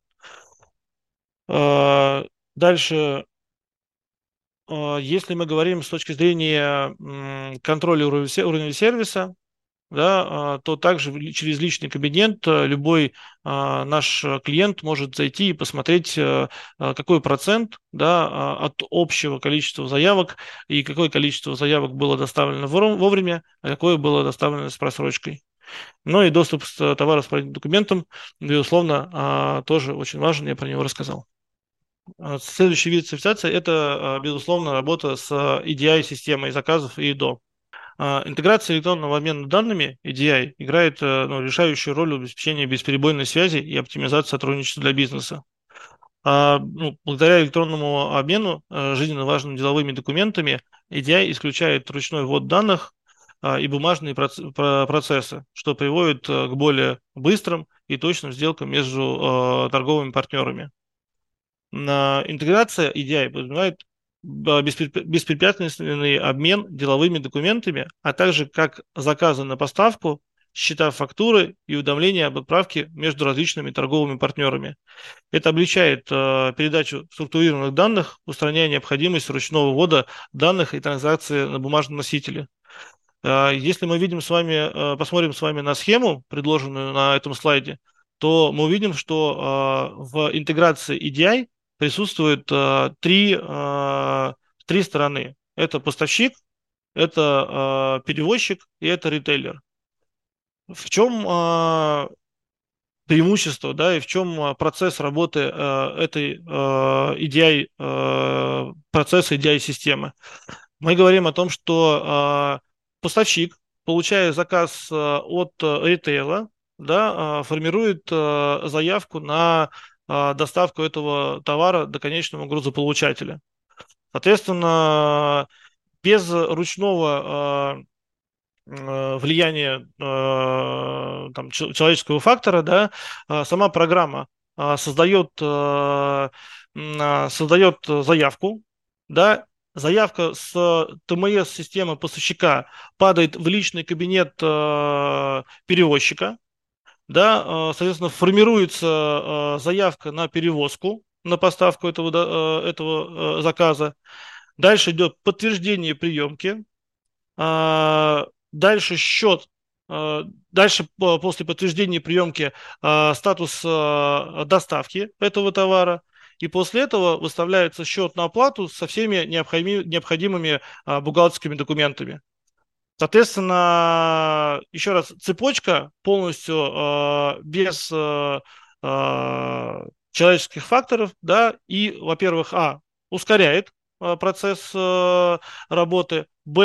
Э, Дальше, если мы говорим с точки зрения контроля уровня сервиса, да, то также через личный кабинет любой наш клиент может зайти и посмотреть, какой процент, да, от общего количества заявок и какое количество заявок было доставлено вовремя, а какое было доставлено с просрочкой. Ну и доступ с товарораспределительным документом, безусловно, тоже очень важен, я про него рассказал. Следующий вид цифровизации – это, безусловно, работа с EDI-системой заказов и ИДО. Интеграция электронного обмена данными EDI играет решающую роль в обеспечении бесперебойной связи и оптимизации сотрудничества для бизнеса. Благодаря электронному обмену жизненно важными деловыми документами EDI исключает ручной ввод данных и бумажные процессы, что приводит к более быстрым и точным сделкам между торговыми партнерами. Интеграция EDI подразумевает беспрепятственный обмен деловыми документами, а также как заказы на поставку, счета, фактуры и уведомления об отправке между различными торговыми партнерами. Это облегчает передачу структурированных данных, устраняя необходимость ручного ввода данных и транзакции на бумажном носителе. Если мы посмотрим с вами на схему, предложенную на этом слайде, то мы увидим, что в интеграции EDI присутствуют три стороны. Это поставщик, это перевозчик и это ритейлер. В чем преимущество, да, и в чем процесс работы этой EDI, процесса EDI-системы? Мы говорим о том, что поставщик, получая заказ от ритейла, да, формирует заявку на доставку этого товара до конечного грузополучателя. Соответственно, без ручного влияния человеческого фактора, да, сама программа создает заявку, да, заявка с ТМС-системы поставщика падает в личный кабинет перевозчика, да, соответственно, формируется заявка на перевозку, на поставку этого заказа. Дальше идет подтверждение приемки. Дальше счет, дальше после подтверждения приемки статус доставки этого товара. И после этого выставляется счет на оплату со всеми необходимыми бухгалтерскими документами. Соответственно, еще раз, цепочка полностью без человеческих факторов, да, и, во-первых, ускоряет процесс работы,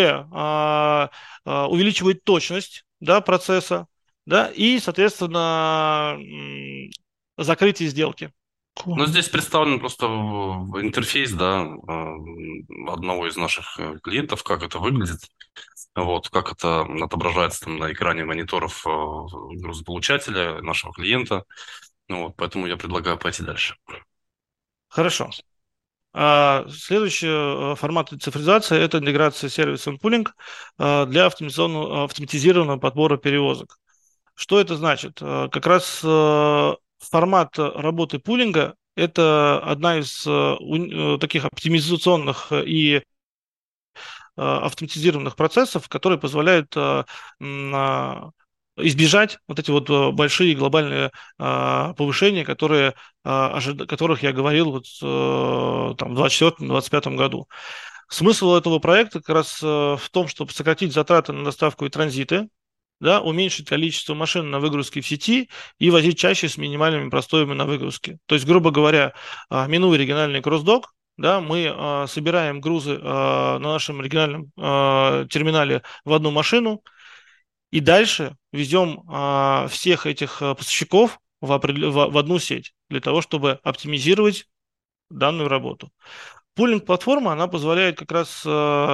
увеличивает точность, да, процесса, да, и, соответственно, закрытие сделки. Ну, здесь представлен просто интерфейс, да, одного из наших клиентов, как это выглядит, вот, как это отображается там на экране мониторов грузополучателя, нашего клиента. Ну, вот, поэтому я предлагаю пойти дальше. Хорошо. Следующий формат цифровизации – это интеграция сервиса пулинг для автоматизированного подбора перевозок. Что это значит? Как раз формат работы пулинга – это одна из таких оптимизационных и автоматизированных процессов, которые позволяют избежать вот эти вот большие глобальные повышения, которых я говорил вот, там, в 2024-2025 году. Смысл этого проекта как раз в том, чтобы сократить затраты на доставку и транзиты, да, уменьшить количество машин на выгрузке в сети и возить чаще с минимальными простоями на выгрузке. То есть, грубо говоря, минуя региональный кросс-док, да, мы собираем грузы на нашем региональном терминале в одну машину и дальше везем всех этих поставщиков в одну сеть для того, чтобы оптимизировать данную работу. Пулинг-платформа, она позволяет как раз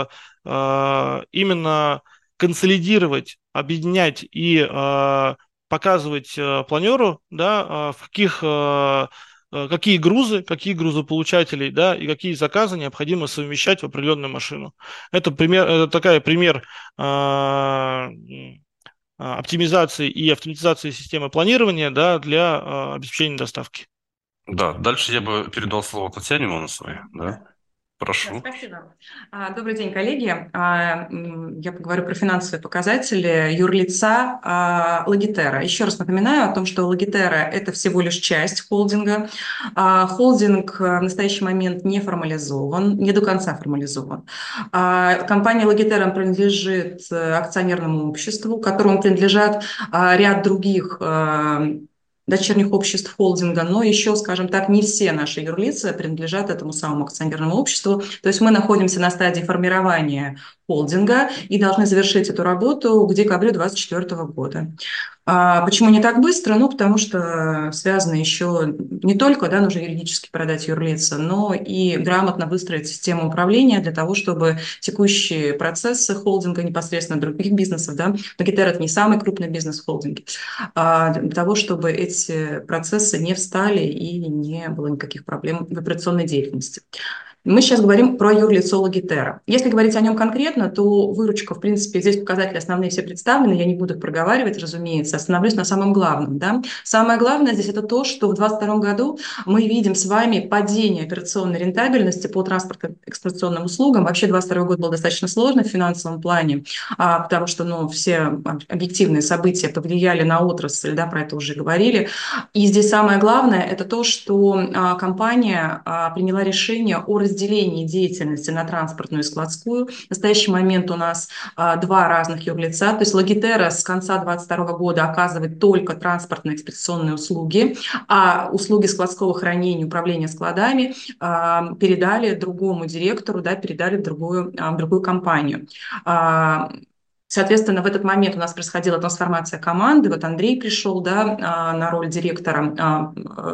именно консолидировать, объединять и показывать планеру, да, какие грузы, какие грузополучателей, да, и какие заказы необходимо совмещать в определенную машину. Это такая пример оптимизации и автоматизации системы планирования, да, для обеспечения доставки. Да, дальше я бы передал слово Татьяне Монусовой, да. Да, Прошу. спасибо. Добрый день, коллеги. Я поговорю про финансовые показатели юрлица Логитера. Еще раз напоминаю о том, что Логитера – это всего лишь часть холдинга. Холдинг в настоящий момент не формализован, не до конца формализован. Компания Логитера принадлежит акционерному обществу, которому принадлежат ряд других дочерних обществ холдинга, но еще, скажем так, не все наши юрлица принадлежат этому самому акционерному обществу. То есть мы находимся на стадии формирования холдинга и должны завершить эту работу к декабрю 2024 года. Почему не так быстро? Ну, потому что связано еще не только, да, нужно юридически продать юрлица, но и грамотно выстроить систему управления для того, чтобы текущие процессы холдинга, непосредственно других бизнесов, да, Логитер – это не самый крупный бизнес в холдинге, для того, чтобы эти процессы не встали и не было никаких проблем в операционной деятельности. Мы сейчас говорим про юрлицо Логитера. Если говорить о нем конкретно, то выручка, в принципе, здесь показатели основные все представлены, я не буду их проговаривать, разумеется, остановлюсь на самом главном. Да? Самое главное здесь это то, что в 2022 году мы видим с вами падение операционной рентабельности по транспортно-эксплуатационным услугам. Вообще 2022 год был достаточно сложный в финансовом плане, потому что все объективные события повлияли на отрасль, да, про это уже говорили. И здесь самое главное это то, что компания приняла решение о разделении деятельности на транспортную и складскую. В настоящий момент у нас два разных юрлица. То есть Логитера с конца 2022 года оказывает только транспортно-экспедиционные услуги, а услуги складского хранения, управления складами передали другому директору, да, передали в другую компанию. Соответственно, в этот момент у нас происходила трансформация команды. Вот Андрей пришел, да, на роль директора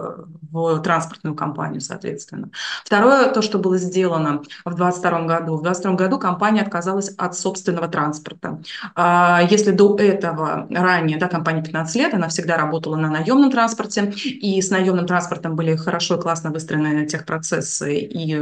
в транспортную компанию, соответственно. Второе, то, что было сделано в 2022 году. В 2022 году компания отказалась от собственного транспорта. Если до этого ранее, да, компания 15 лет, она всегда работала на наемном транспорте, и с наемным транспортом были хорошо и классно выстроены техпроцессы, и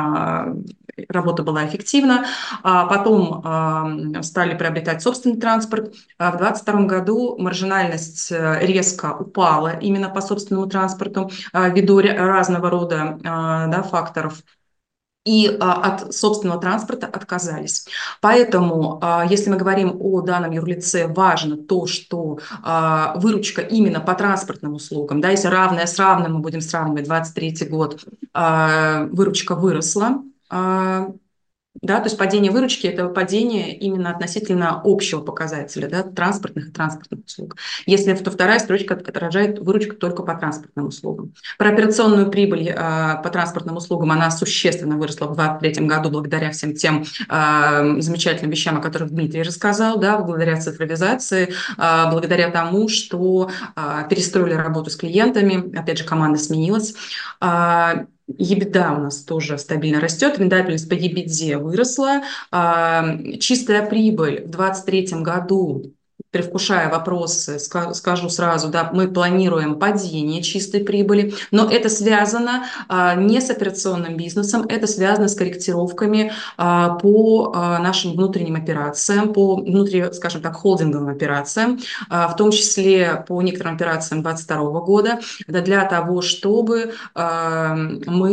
работа была эффективна. Потом стали приобретать собственный транспорт. В 2022 году маржинальность резко упала именно по собственному транспорту ввиду разного рода, да, факторов. И от собственного транспорта отказались. Поэтому, если мы говорим о данном юрлице, важно то, что выручка именно по транспортным услугам, да, если равное с равным мы будем сравнивать 2023 год, выручка выросла. Да, то есть падение выручки – это падение именно относительно общего показателя, да, транспортных и транспортных услуг. Если то вторая строчка отражает выручку только по транспортным услугам. Про операционную прибыль по транспортным услугам она существенно выросла в 2023 году благодаря всем тем замечательным вещам, о которых Дмитрий рассказал, да, благодаря цифровизации, благодаря тому, что перестроили работу с клиентами, опять же, команда сменилась. EBITDA у нас тоже стабильно растет, рентабельность по EBITDA выросла, чистая прибыль в 2023 году, предвкушая вопросы, скажу сразу, да, мы планируем падение чистой прибыли, но это связано не с операционным бизнесом, это связано с корректировками по нашим внутренним операциям, по скажем так, холдинговым операциям, в том числе по некоторым операциям 2022 года, для того, чтобы мы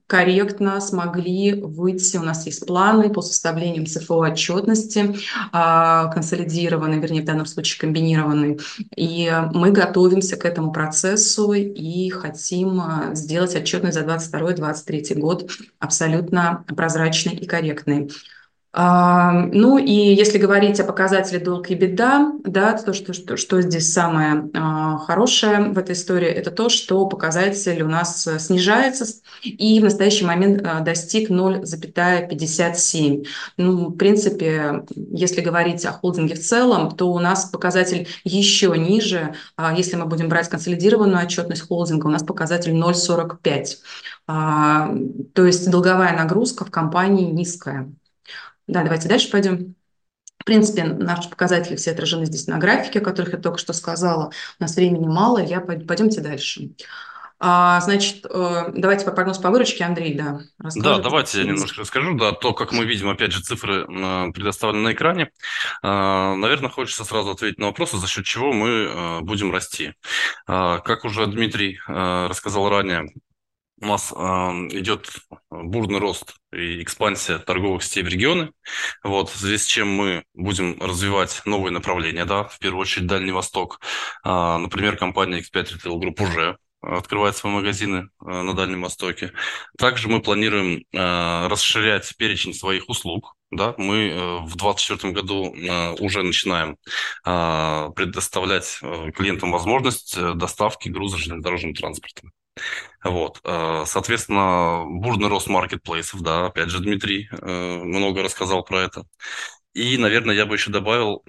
корректно смогли выйти. У нас есть планы по составлению ЦФО отчетности, консолидированной, вернее, в данном случае комбинированной. И мы готовимся к этому процессу и хотим сделать отчетность за 2022-2023 год абсолютно прозрачной и корректной. Ну и если говорить о показателе долг и беда, да, то, что здесь самое хорошее в этой истории, это то, что показатель у нас снижается и в настоящий момент достиг 0,57. Ну, в принципе, если говорить о холдинге в целом, то у нас показатель еще ниже. Если мы будем брать консолидированную отчетность холдинга, у нас показатель 0,45. То есть долговая нагрузка в компании низкая. Да, давайте дальше пойдем. В принципе, наши показатели все отражены здесь на графике, о которых я только что сказала. У нас времени мало, пойдемте дальше. Значит, давайте по прогнозу по выручке, Андрей, да, Да, расскажет. давайте я немножко расскажу. Да, то, как мы видим, опять же, цифры предоставлены на экране. Наверное, хочется сразу ответить на вопрос, за счет чего мы будем расти. Как уже Дмитрий рассказал ранее, у нас идет бурный рост и экспансия торговых сетей в регионы, вот, в связи с чем мы будем развивать новые направления, да, в первую очередь Дальний Восток. Например, компания X5 Retail Group уже открывает свои магазины на Дальнем Востоке. Также мы планируем расширять перечень своих услуг. Да, мы в 2024 году уже начинаем предоставлять клиентам возможность доставки груза железнодорожным транспортом. Вот, соответственно, бурный рост маркетплейсов, да, опять же, Дмитрий много рассказал про это. И, наверное, я бы еще добавил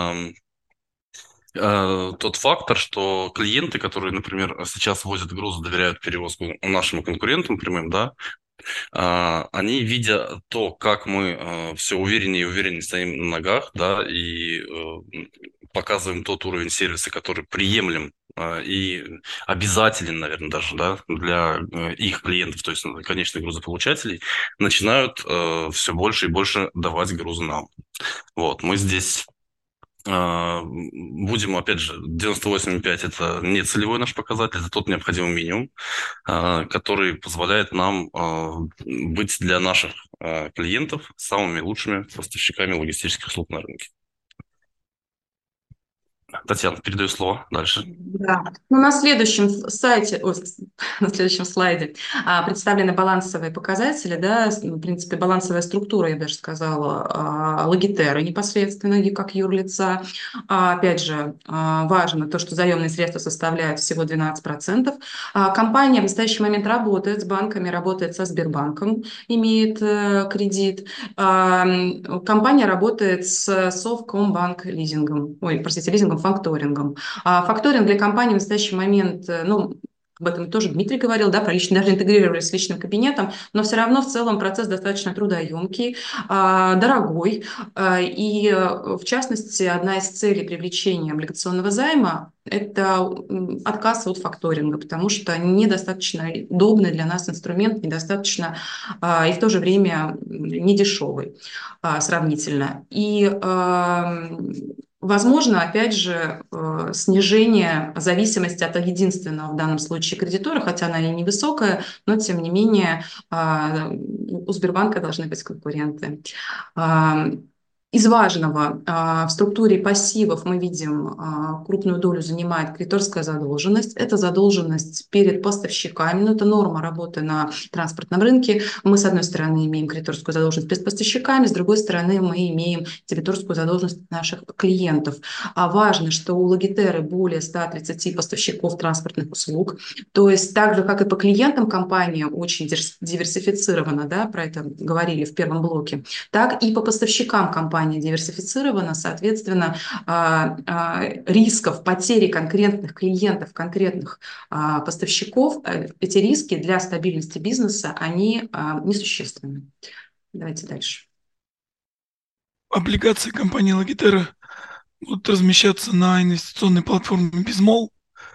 тот фактор, что клиенты, которые, например, сейчас возят грузы, доверяют перевозку нашим конкурентам прямым, да, они, видя то, как мы все увереннее и увереннее стоим на ногах, да, и показываем тот уровень сервиса, который приемлем и обязателен, наверное, даже, да, для их клиентов, то есть конечных грузополучателей, начинают все больше и больше давать грузы нам. Вот, мы здесь будем, опять же, 98,5 это не целевой наш показатель, это тот необходимый минимум, который позволяет нам быть для наших клиентов самыми лучшими поставщиками логистических услуг на рынке. Татьяна, передаю слово дальше. Да. Ну, на следующем сайте, на следующем слайде представлены балансовые показатели, да, в принципе, балансовая структура, я даже сказала, Логитера непосредственно, как юрлица. Опять же, важно то, что заемные средства составляют всего 12%. Компания в настоящий момент работает с банками, работает со Сбербанком, имеет кредит. Компания работает с Совкомбанк лизингом, лизингом, факторингом. Факторинг для компании в настоящий момент, ну, об этом тоже Дмитрий говорил, да, даже интегрировали с личным кабинетом, но все равно в целом процесс достаточно трудоемкий, дорогой. И, в частности, одна из целей привлечения облигационного займа – это отказ от факторинга, потому что недостаточно удобный для нас инструмент, недостаточно и в то же время недешевый сравнительно. И возможно, опять же, снижение зависимости от единственного в данном случае кредитора, хотя она и невысокая, но тем не менее у Сбербанка должны быть конкуренты. Из важного в структуре пассивов мы видим крупную долю занимает кредиторская задолженность. Это задолженность перед поставщиками, но это норма работы на транспортном рынке. Мы, с одной стороны, имеем кредиторскую задолженность перед поставщиками, с другой стороны, мы имеем дебиторскую задолженность наших клиентов. Важно, что у Логитеры более 130 поставщиков транспортных услуг. То есть так же, как и по клиентам компания очень диверсифицирована, да, про это говорили в первом блоке, так и по поставщикам компания диверсифицирована, соответственно, рисков потери конкретных клиентов, конкретных поставщиков, эти риски для стабильности бизнеса, они несущественны. Давайте дальше. Облигации компании Логитера будут размещаться на инвестиционной платформе Bizmall,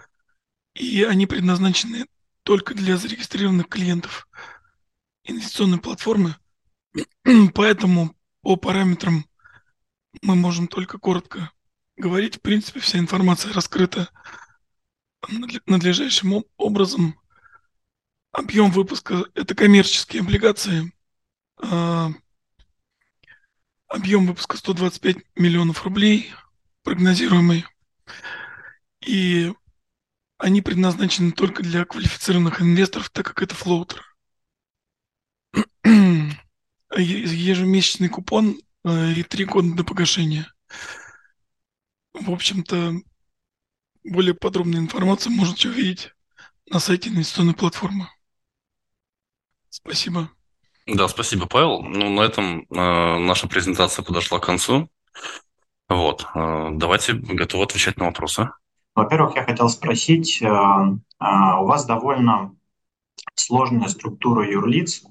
и они предназначены только для зарегистрированных клиентов инвестиционной платформы, поэтому по параметрам мы можем только коротко говорить. В принципе, вся информация раскрыта надлежащим образом Объем выпуска – это коммерческие облигации. А, Объем выпуска 125 миллионов рублей, прогнозируемый. И они предназначены только для квалифицированных инвесторов, так как это флоутер. Ежемесячный купон и 3 года до погашения. В общем-то, более подробную информацию можете увидеть на сайте инвестиционной платформы. Спасибо. Да, спасибо, Павел. Ну, на этом наша презентация подошла к концу. Вот, давайте готовы отвечать на вопросы. Во-первых, я хотел спросить, у вас довольно сложная структура юрлиц,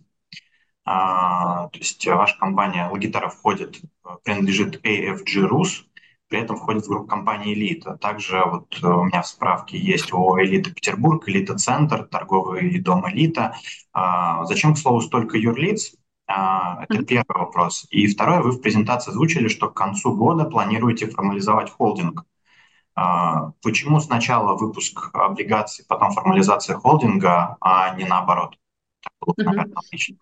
то есть ваша компания Logitera принадлежит AFG Rus, при этом входит в группу компании «Элита». Также вот у меня в справке есть ООО «Элита Петербург», «Элита-центр», торговый дом «Элита». Зачем, к слову, столько юрлиц? Это первый вопрос. И второй, вы в презентации озвучили, что к концу года планируете формализовать холдинг. Почему сначала выпуск облигаций, потом формализация холдинга, а не наоборот? Так было, наверное, отлично.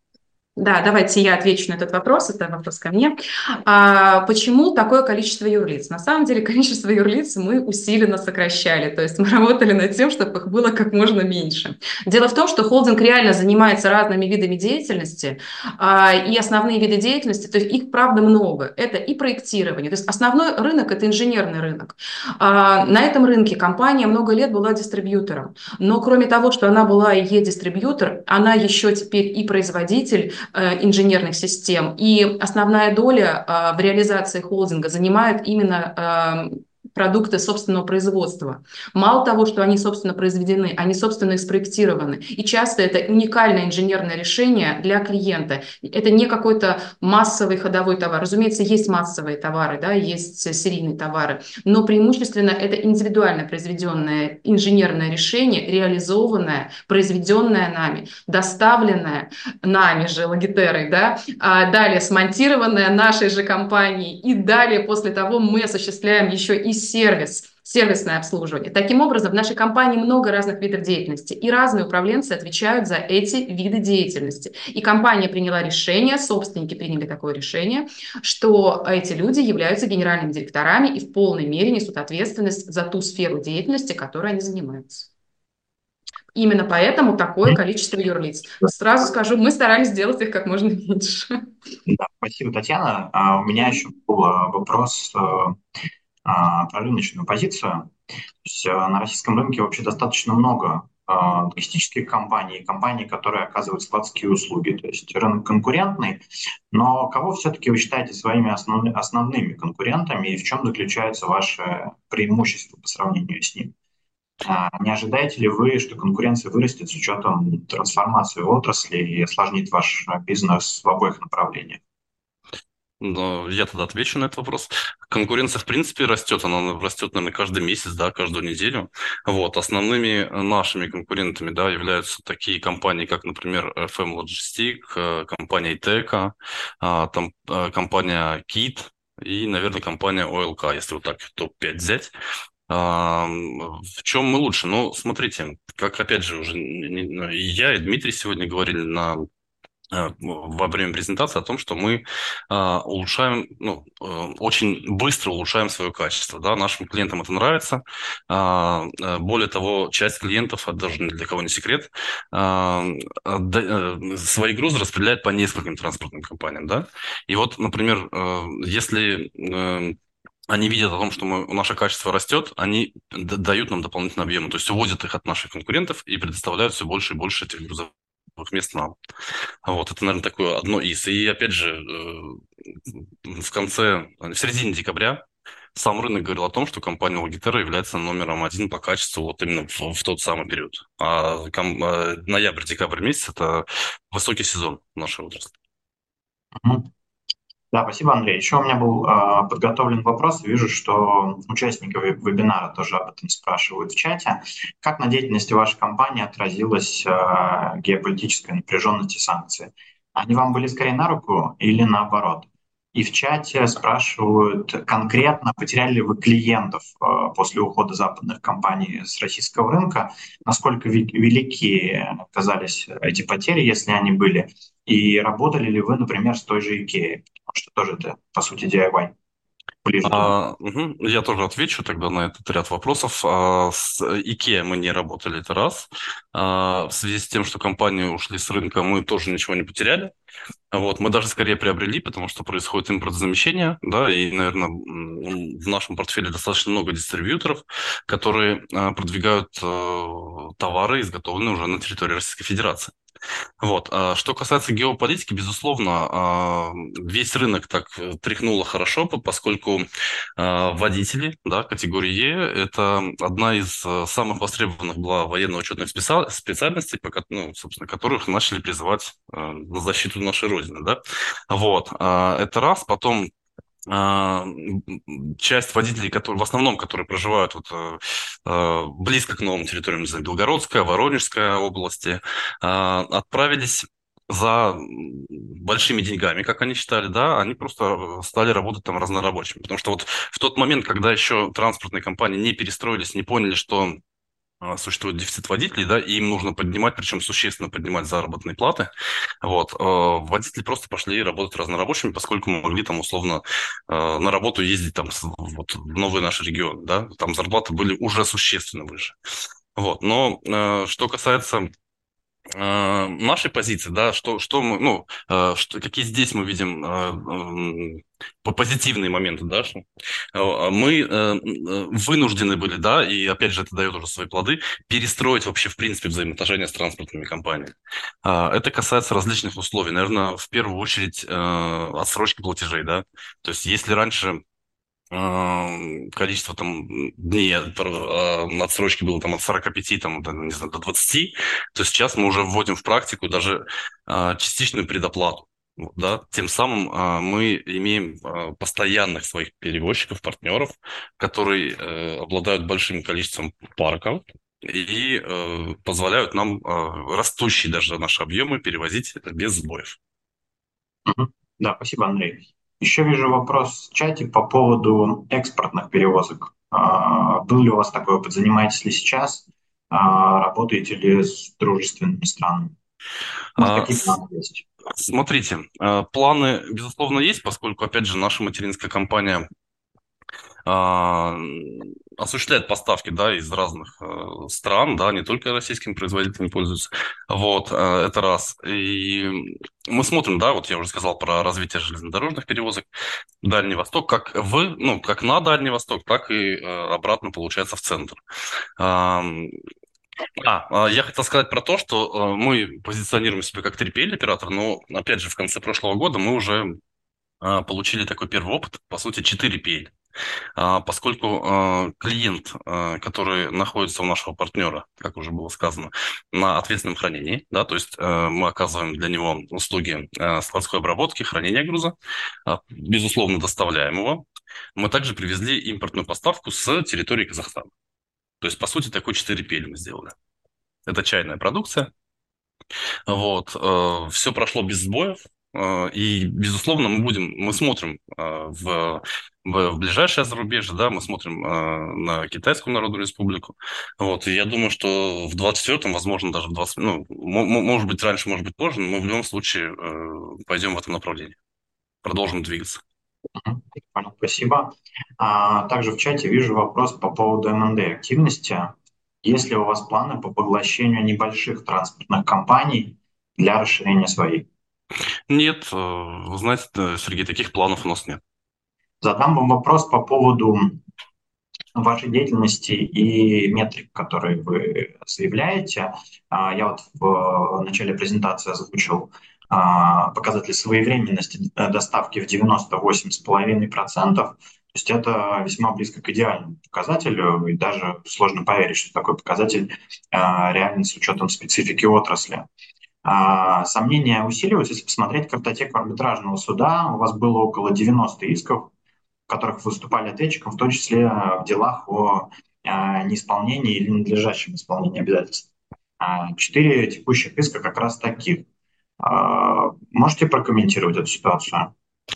Да, давайте я отвечу на этот вопрос, это вопрос ко мне. Почему такое количество юрлиц? На самом деле количество юрлиц мы усиленно сокращали, то есть мы работали над тем, чтобы их было как можно меньше. Дело в том, что холдинг реально занимается разными видами деятельности, и основные виды деятельности, то есть их правда много. Это и проектирование, то есть основной рынок – это инженерный рынок. На этом рынке компания много лет была дистрибьютором, но кроме того, что она была и дистрибьютор, она еще теперь и производитель инженерных систем. И основная доля в реализации холдинга занимает именно продукты собственного производства. Мало того, что они собственно произведены, они собственно и спроектированы. И часто это уникальное инженерное решение для клиента. Это не какой-то массовый ходовой товар. Разумеется, есть массовые товары, да, есть серийные товары, но преимущественно это индивидуально произведенное инженерное решение, реализованное, произведенное нами, доставленное нами же, Logitera, да, далее смонтированное нашей же компанией, и далее после того мы осуществляем еще и сервисное обслуживание. Таким образом, в нашей компании много разных видов деятельности, и разные управленцы отвечают за эти виды деятельности. И компания приняла решение, собственники приняли такое решение, что эти люди являются генеральными директорами и в полной мере несут ответственность за ту сферу деятельности, которой они занимаются. Именно поэтому такое количество юрлиц. Сразу скажу, мы старались сделать их как можно меньше. Да, спасибо, Татьяна. У меня еще был вопрос про рыночную позицию. То есть на российском рынке вообще достаточно много логистических компаний, компаний, которые оказывают складские услуги. То есть рынок конкурентный, но кого все-таки вы считаете своими основными конкурентами и в чем заключается ваше преимущество по сравнению с ним? Не ожидаете ли вы, что конкуренция вырастет с учетом трансформации отрасли и осложнит ваш бизнес в обоих направлениях? Но я тогда отвечу на этот вопрос. Конкуренция, в принципе, растет. Она растет, наверное, каждый месяц, да, каждую неделю. Вот. Основными нашими конкурентами, да, являются такие компании, как, например, FM Logistic, компания Итека, компания KIT и, наверное, компания OLK, если вот так топ-5 взять. В чем мы лучше? Ну, смотрите, как, опять же, уже и я, и Дмитрий сегодня говорили во время презентации о том, что мы улучшаем, очень быстро улучшаем свое качество. Да? Нашим клиентам это нравится. Более того, часть клиентов, это даже ни для кого не секрет, свои грузы распределяет по нескольким транспортным компаниям. Да? И вот, например, если они видят о том, что наше качество растет, они дают нам дополнительные объемы, то есть уводят их от наших конкурентов и предоставляют все больше и больше этих грузовых мест нам. Вот, это, наверное, такое одно из. И, опять же, в середине декабря сам рынок говорил о том, что компания Logitera является номером один по качеству вот именно в тот самый период. А ноябрь-декабрь месяц – это высокий сезон нашей отрасли. Да, спасибо, Андрей. Еще у меня был подготовлен вопрос. Вижу, что участники вебинара тоже об этом спрашивают в чате. Как на деятельности вашей компании отразилась геополитическая напряженность и санкции? Они вам были скорее на руку или наоборот? И в чате спрашивают конкретно, потеряли ли вы клиентов после ухода западных компаний с российского рынка, насколько велики оказались эти потери, если они были, и работали ли вы, например, с той же IKEA, потому что тоже это, по сути, DIY, ближе туда. Я тоже отвечу тогда на этот ряд вопросов. С IKEA мы не работали, это раз. В связи с тем, что компании ушли с рынка, мы тоже ничего не потеряли. Вот, мы даже скорее приобрели, потому что происходит импортозамещение, да, и, наверное, в нашем портфеле достаточно много дистрибьюторов, которые продвигают товары, изготовленные уже на территории Российской Федерации. Вот. Что касается геополитики, безусловно, весь рынок так тряхнуло хорошо, поскольку водители, да, категории Е, это одна из самых востребованных была военно-учетных специальностей, ну, собственно, которых начали призывать на защиту нашей Родины. Да? Вот. Это раз. Потом часть водителей, которые, в основном, которые проживают близко к новым территориям, не знаю, Белгородская, Воронежская области, отправились за большими деньгами, как они считали, да, они просто стали работать там разнорабочими. Потому что вот в тот момент, когда еще транспортные компании не перестроились, не поняли, что существует дефицит водителей, да, и им нужно поднимать, причем существенно поднимать заработные платы. Вот. Водители просто пошли работать разнорабочими, поскольку могли там условно на работу ездить там вот, в новый наш регион, да, там зарплаты были уже существенно выше. Вот. Но что касается нашей позиции, да, что мы, ну, какие здесь мы видим по позитивные моменты, да, что мы вынуждены были, да, и опять же это дает уже свои плоды, перестроить вообще в принципе взаимоотношения с транспортными компаниями. Это касается различных условий, наверное, в первую очередь отсрочки платежей, да, то есть если раньше количество там дней отсрочки было там от 45 там, не знаю, до 20, то сейчас мы уже вводим в практику даже частичную предоплату. Вот, да? Тем самым мы имеем постоянных своих перевозчиков, партнеров, которые обладают большим количеством парков и позволяют нам растущие даже наши объемы перевозить без сбоев. Да, спасибо, Андрей. Еще вижу вопрос в чате по поводу экспортных перевозок. Был ли у вас такой опыт? Занимаетесь ли сейчас? Работаете ли с дружественными странами? Какие планы есть? Смотрите, планы, безусловно, есть, поскольку, опять же, наша материнская компания осуществляет поставки, да, из разных стран, да, не только российскими производителями пользуются. Вот, это раз. И мы смотрим, да, вот я уже сказал про развитие железнодорожных перевозок, Дальний Восток, как на Дальний Восток, так и обратно, получается, в центр. Я хотел сказать про то, что мы позиционируем себя как 3PL-оператор, но, опять же, в конце прошлого года мы уже получили такой первый опыт, по сути, 4PL. Поскольку клиент, который находится у нашего партнера, как уже было сказано, на ответственном хранении, да, то есть мы оказываем для него услуги складской обработки, хранения груза, безусловно, доставляем его. Мы также привезли импортную поставку с территории Казахстана. То есть, по сути, такой 4PL мы сделали. Это чайная продукция. Вот. Все прошло без сбоев. И, безусловно, мы смотрим в ближайшее зарубежье, да, мы смотрим на Китайскую Народную Республику. Вот. И я думаю, что в 24-м, возможно, даже в 20, ну, может быть, раньше, может быть, позже, но мы в любом случае пойдем в этом направлении. Продолжим двигаться. Спасибо. Также в чате вижу вопрос по поводу M&A активности. Есть ли у вас планы по поглощению небольших транспортных компаний для расширения своей? Нет, вы знаете, Сергей, таких планов у нас нет. Задам вам вопрос по поводу вашей деятельности и метрик, которые вы заявляете. Я вот в начале презентации озвучил показатель своевременности доставки в 98,5%. То есть это весьма близко к идеальному показателю, и даже сложно поверить, что такой показатель реальный с учетом специфики отрасли. Сомнения усиливаются, если посмотреть картотеку арбитражного суда. У вас было около 90 исков, в которых выступали ответчиком, в том числе в делах о неисполнении или ненадлежащем исполнении обязательств. 4 текущих иска как раз таких. Можете прокомментировать эту ситуацию?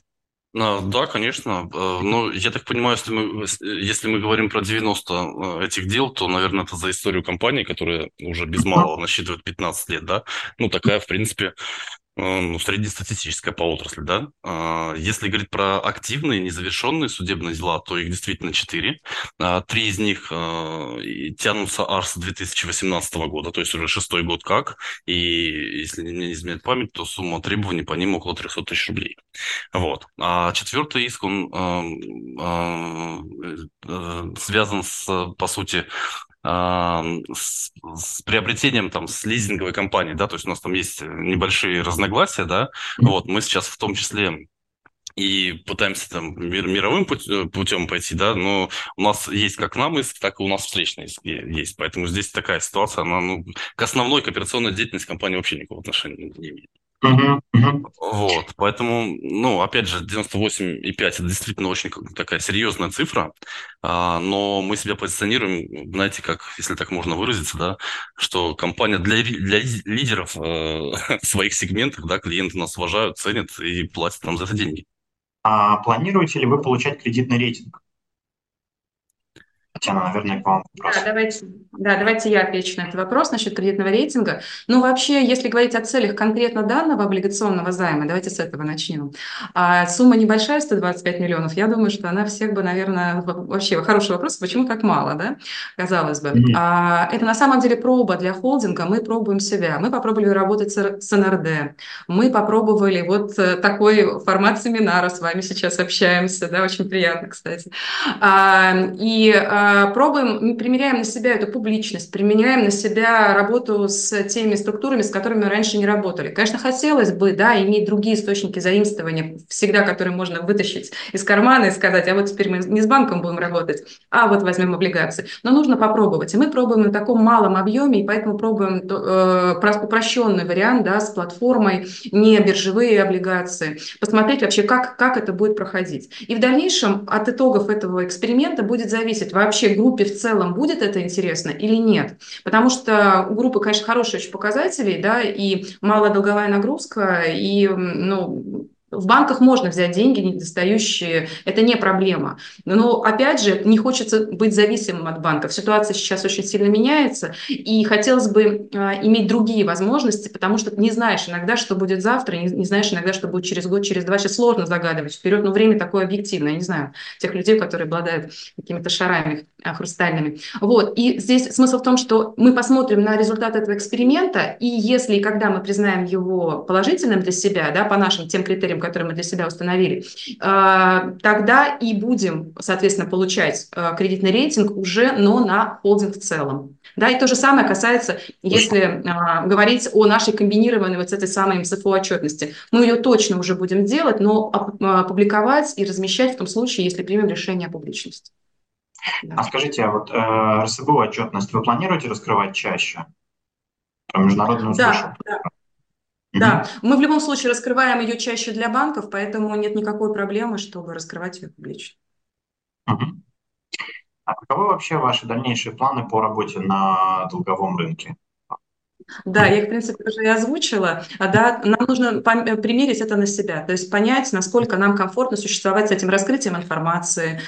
Да, конечно. Но я так понимаю, если мы говорим про 90 этих дел, то, наверное, это за историю компании, которая уже без малого насчитывает 15 лет, да? Ну, такая, в принципе, ну, среднестатистическая по отрасли, да. Если говорить про активные, незавершенные судебные дела, то их действительно 4. 3 из них и тянутся аж с 2018 года, то есть уже шестой год как. И если мне не изменяет память, то сумма требований по ним около 300 тысяч рублей. Вот. А четвертый иск, он связан по сути, с приобретением там с лизинговой компании, да, то есть у нас там есть небольшие разногласия, да, вот, мы сейчас в том числе и пытаемся там мировым путем пойти, да, но у нас есть как нам иск, так и у нас встречный иск есть, поэтому здесь такая ситуация, она, ну, к основной кооперационной деятельности компании вообще никакого отношения не имеет. Мгм, мгм. Вот, поэтому, ну, опять же, 98,5 это действительно очень такая серьезная цифра, но мы себя позиционируем, знаете, как, если так можно выразиться, да, что компания для лидеров в своих сегментах, да, клиенты нас уважают, ценят и платят нам за это деньги. А планируете ли вы получать кредитный рейтинг? Татьяна, наверное, к вам Да, вопрос. давайте я отвечу на этот вопрос насчет кредитного рейтинга. Ну, вообще, если говорить о целях конкретно данного облигационного займа, давайте с этого начнем. Сумма небольшая, 125 миллионов, я думаю, что она всех бы, наверное, вообще хороший вопрос, почему так мало, да, казалось бы. Мгм. Это на самом деле проба для холдинга, мы пробуем себя. Мы попробовали работать с НРД, мы попробовали вот такой формат семинара, с вами сейчас общаемся, да, очень приятно, кстати. Пробуем, примеряем на себя эту публичность, примеряем на себя работу с теми структурами, с которыми мы раньше не работали. Конечно, хотелось бы, да, иметь другие источники заимствования, всегда, которые можно вытащить из кармана и сказать, а вот теперь мы не с банком будем работать, а вот возьмем облигации. Но нужно попробовать. И мы пробуем на таком малом объеме, и поэтому пробуем упрощенный вариант, да, с платформой, не биржевые облигации, посмотреть вообще, как это будет проходить. И в дальнейшем от итогов этого эксперимента будет зависеть, вообще группе в целом будет это интересно или нет. Потому что у группы, конечно, хорошие очень показатели, да, и малая долговая нагрузка, и, ну, в банках можно взять деньги недостающие, это не проблема. Но, опять же, не хочется быть зависимым от банков. Ситуация сейчас очень сильно меняется, и хотелось бы иметь другие возможности, потому что не знаешь иногда, что будет завтра, не знаешь иногда, что будет через год, через два. Сейчас сложно загадывать вперед, но время такое объективное. Я не знаю тех людей, которые обладают какими-то шарами хрустальными. Вот. И здесь смысл в том, что мы посмотрим на результат этого эксперимента, и если и когда мы признаем его положительным для себя, да, по нашим тем критериям, которые мы для себя установили, тогда и будем, соответственно, получать кредитный рейтинг уже, но на холдинг в целом. Да, и то же самое касается, если говорить о нашей комбинированной вот с этой самой МСФО отчетности. Мы ее точно уже будем делать, но публиковать и размещать в том случае, если примем решение о публичности. Да. А скажите, а вот РСБУ отчетность вы планируете раскрывать чаще? Про международную слышал. Да, мы в любом случае раскрываем ее чаще для банков, поэтому нет никакой проблемы, чтобы раскрывать ее публично. Мгм. А каковы вообще ваши дальнейшие планы по работе на долговом рынке? Да, я их, в принципе, уже и озвучила. Да, нам нужно примерить это на себя, то есть понять, насколько нам комфортно существовать с этим раскрытием информации,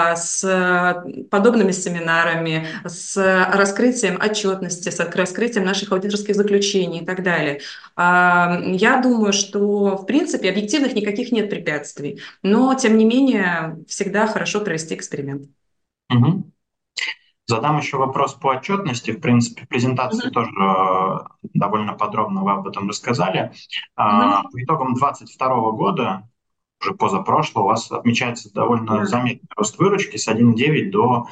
с подобными семинарами, с раскрытием отчетности, с раскрытием наших аудиторских заключений и так далее. Я думаю, что, в принципе, объективных никаких нет препятствий, но, тем не менее, всегда хорошо провести эксперимент. Мгм. Задам еще вопрос по отчетности. В принципе, в презентации тоже довольно подробно вы об этом рассказали. По итогам 2022 года, уже позапрошлого, у вас отмечается довольно заметный рост выручки с 1,9 до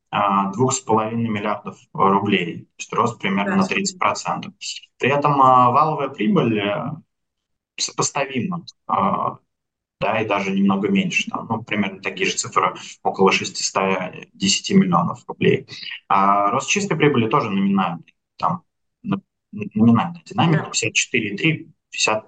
2,5 миллиардов рублей. То есть рост примерно на 30%. При этом валовая прибыль сопоставима, да, и даже немного меньше, там, ну, примерно такие же цифры, около 610 миллионов рублей. А рост чистой прибыли тоже номинальный, там номинальная динамика 54,3,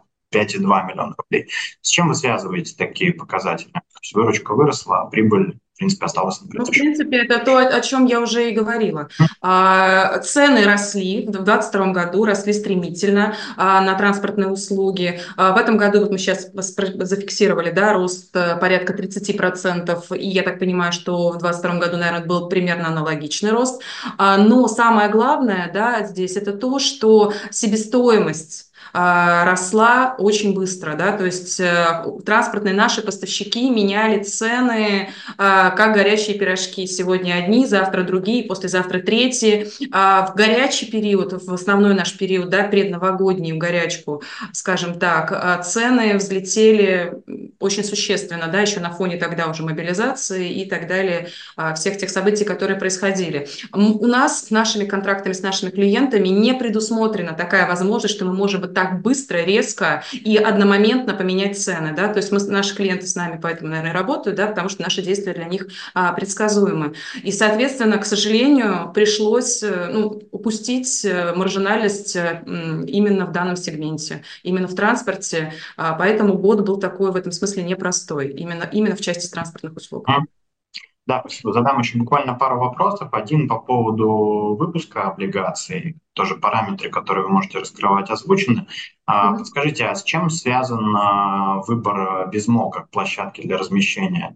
55,2 миллиона рублей. С чем вы связываете такие показатели? То есть выручка выросла, а прибыль в принципе, осталось на Ну, в плечо. принципе, это то, о чем я уже и говорила. Цены росли в 2022 году, росли стремительно на транспортные услуги. В этом году, вот мы сейчас зафиксировали, да, рост порядка 30%, и я так понимаю, что в 2022 году, наверное, был примерно аналогичный рост. Но самое главное, да, здесь это то, что себестоимость росла очень быстро, да, то есть транспортные наши поставщики меняли цены как горячие пирожки. Сегодня одни, завтра другие, послезавтра третьи. В горячий период, в основной наш период, да, предновогодний, в горячку, скажем так, цены взлетели очень существенно, да, еще на фоне тогда уже мобилизации и так далее, всех тех событий, которые происходили. У нас с нашими контрактами, с нашими клиентами не предусмотрена такая возможность, что мы можем вот так быстро, резко и одномоментно поменять цены, да, то есть наши клиенты с нами поэтому, наверное, работают, да, потому что наши действия для них предсказуемы. И, соответственно, к сожалению, пришлось упустить маржинальность именно в данном сегменте, именно в транспорте, поэтому год был такой в этом смысле непростой, именно в части транспортных услуг. Да, спасибо. Задам еще буквально пару вопросов. Один по поводу выпуска облигаций. Тоже параметры, которые вы можете раскрывать, озвучены. Подскажите, а с чем связан выбор Безмол как площадки для размещения?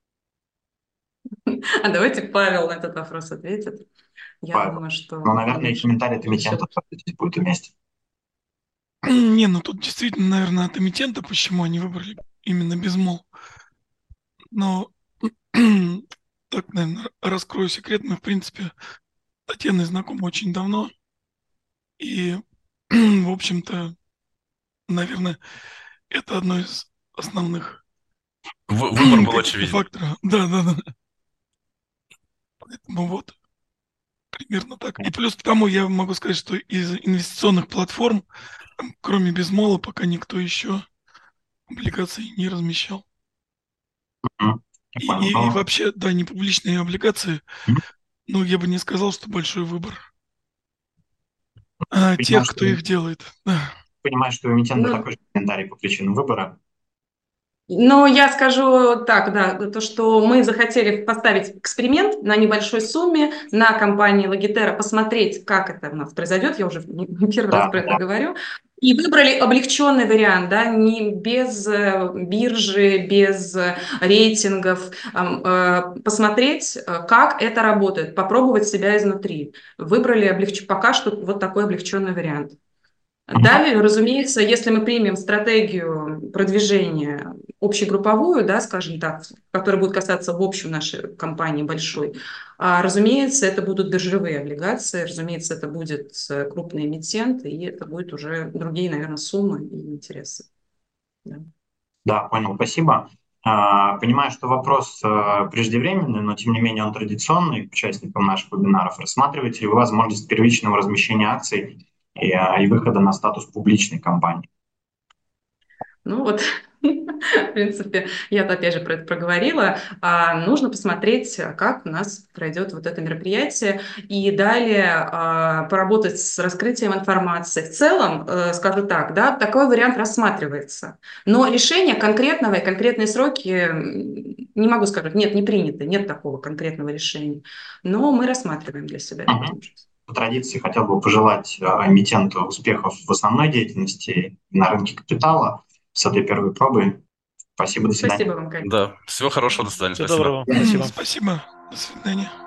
А давайте Павел на этот вопрос ответит. Я Павел. думаю, что... Ну, наверное, и комментарий от эмитента здесь будет вместе. Не, ну тут действительно, наверное, от эмитента, почему они выбрали именно Безмол. Но так, наверное, раскрою секрет. Мы, в принципе, с Татьяной знакомы очень давно. И, в общем-то, наверное, это одно из основных Выбор был очевиден. факторов. Да. Поэтому вот, примерно так. И плюс к тому я могу сказать, что из инвестиционных платформ, кроме Безмола, пока никто еще облигаций не размещал. И вообще, да, не публичные облигации, ну, я бы не сказал, что большой выбор тех, кто их делает. Да. Понимаю, что у эмитента такой же комментарий по причинам выбора. Ну, я скажу так, да, то, что мы захотели поставить эксперимент на небольшой сумме на компании Logitera, посмотреть, как это у нас произойдет, я уже не первый раз про это говорю, и выбрали облегченный вариант, да, не без биржи, без рейтингов, посмотреть, как это работает, попробовать себя изнутри. Выбрали пока что вот такой облегченный вариант. Далее, разумеется, если мы примем стратегию продвижения общегрупповую, да, скажем так, которая будет касаться в общем нашей компании большой, разумеется, это будут биржевые облигации, разумеется, это будет крупный эмитент, и это будут уже другие, наверное, суммы и интересы. Да, понял, спасибо. Понимаю, что вопрос преждевременный, но тем не менее он традиционный к участникам наших вебинаров. Рассматриваете ли вы возможность первичного размещения акций и выхода на статус публичной компании? Ну вот, в принципе, я опять же про это проговорила. Нужно посмотреть, как у нас пройдет вот это мероприятие, и далее поработать с раскрытием информации. В целом, скажу так, да, такой вариант рассматривается. Но решение конкретного и конкретные сроки, не могу сказать, нет, не принято, нет такого конкретного решения. Но мы рассматриваем для себя эту возможность. По традиции хотел бы пожелать эмитенту успехов в основной деятельности на рынке капитала с этой первой пробы. Спасибо, до свидания. Спасибо вам, Катя. Да, всего хорошего, до свидания. Всего Спасибо. доброго. Спасибо. Спасибо. До свидания.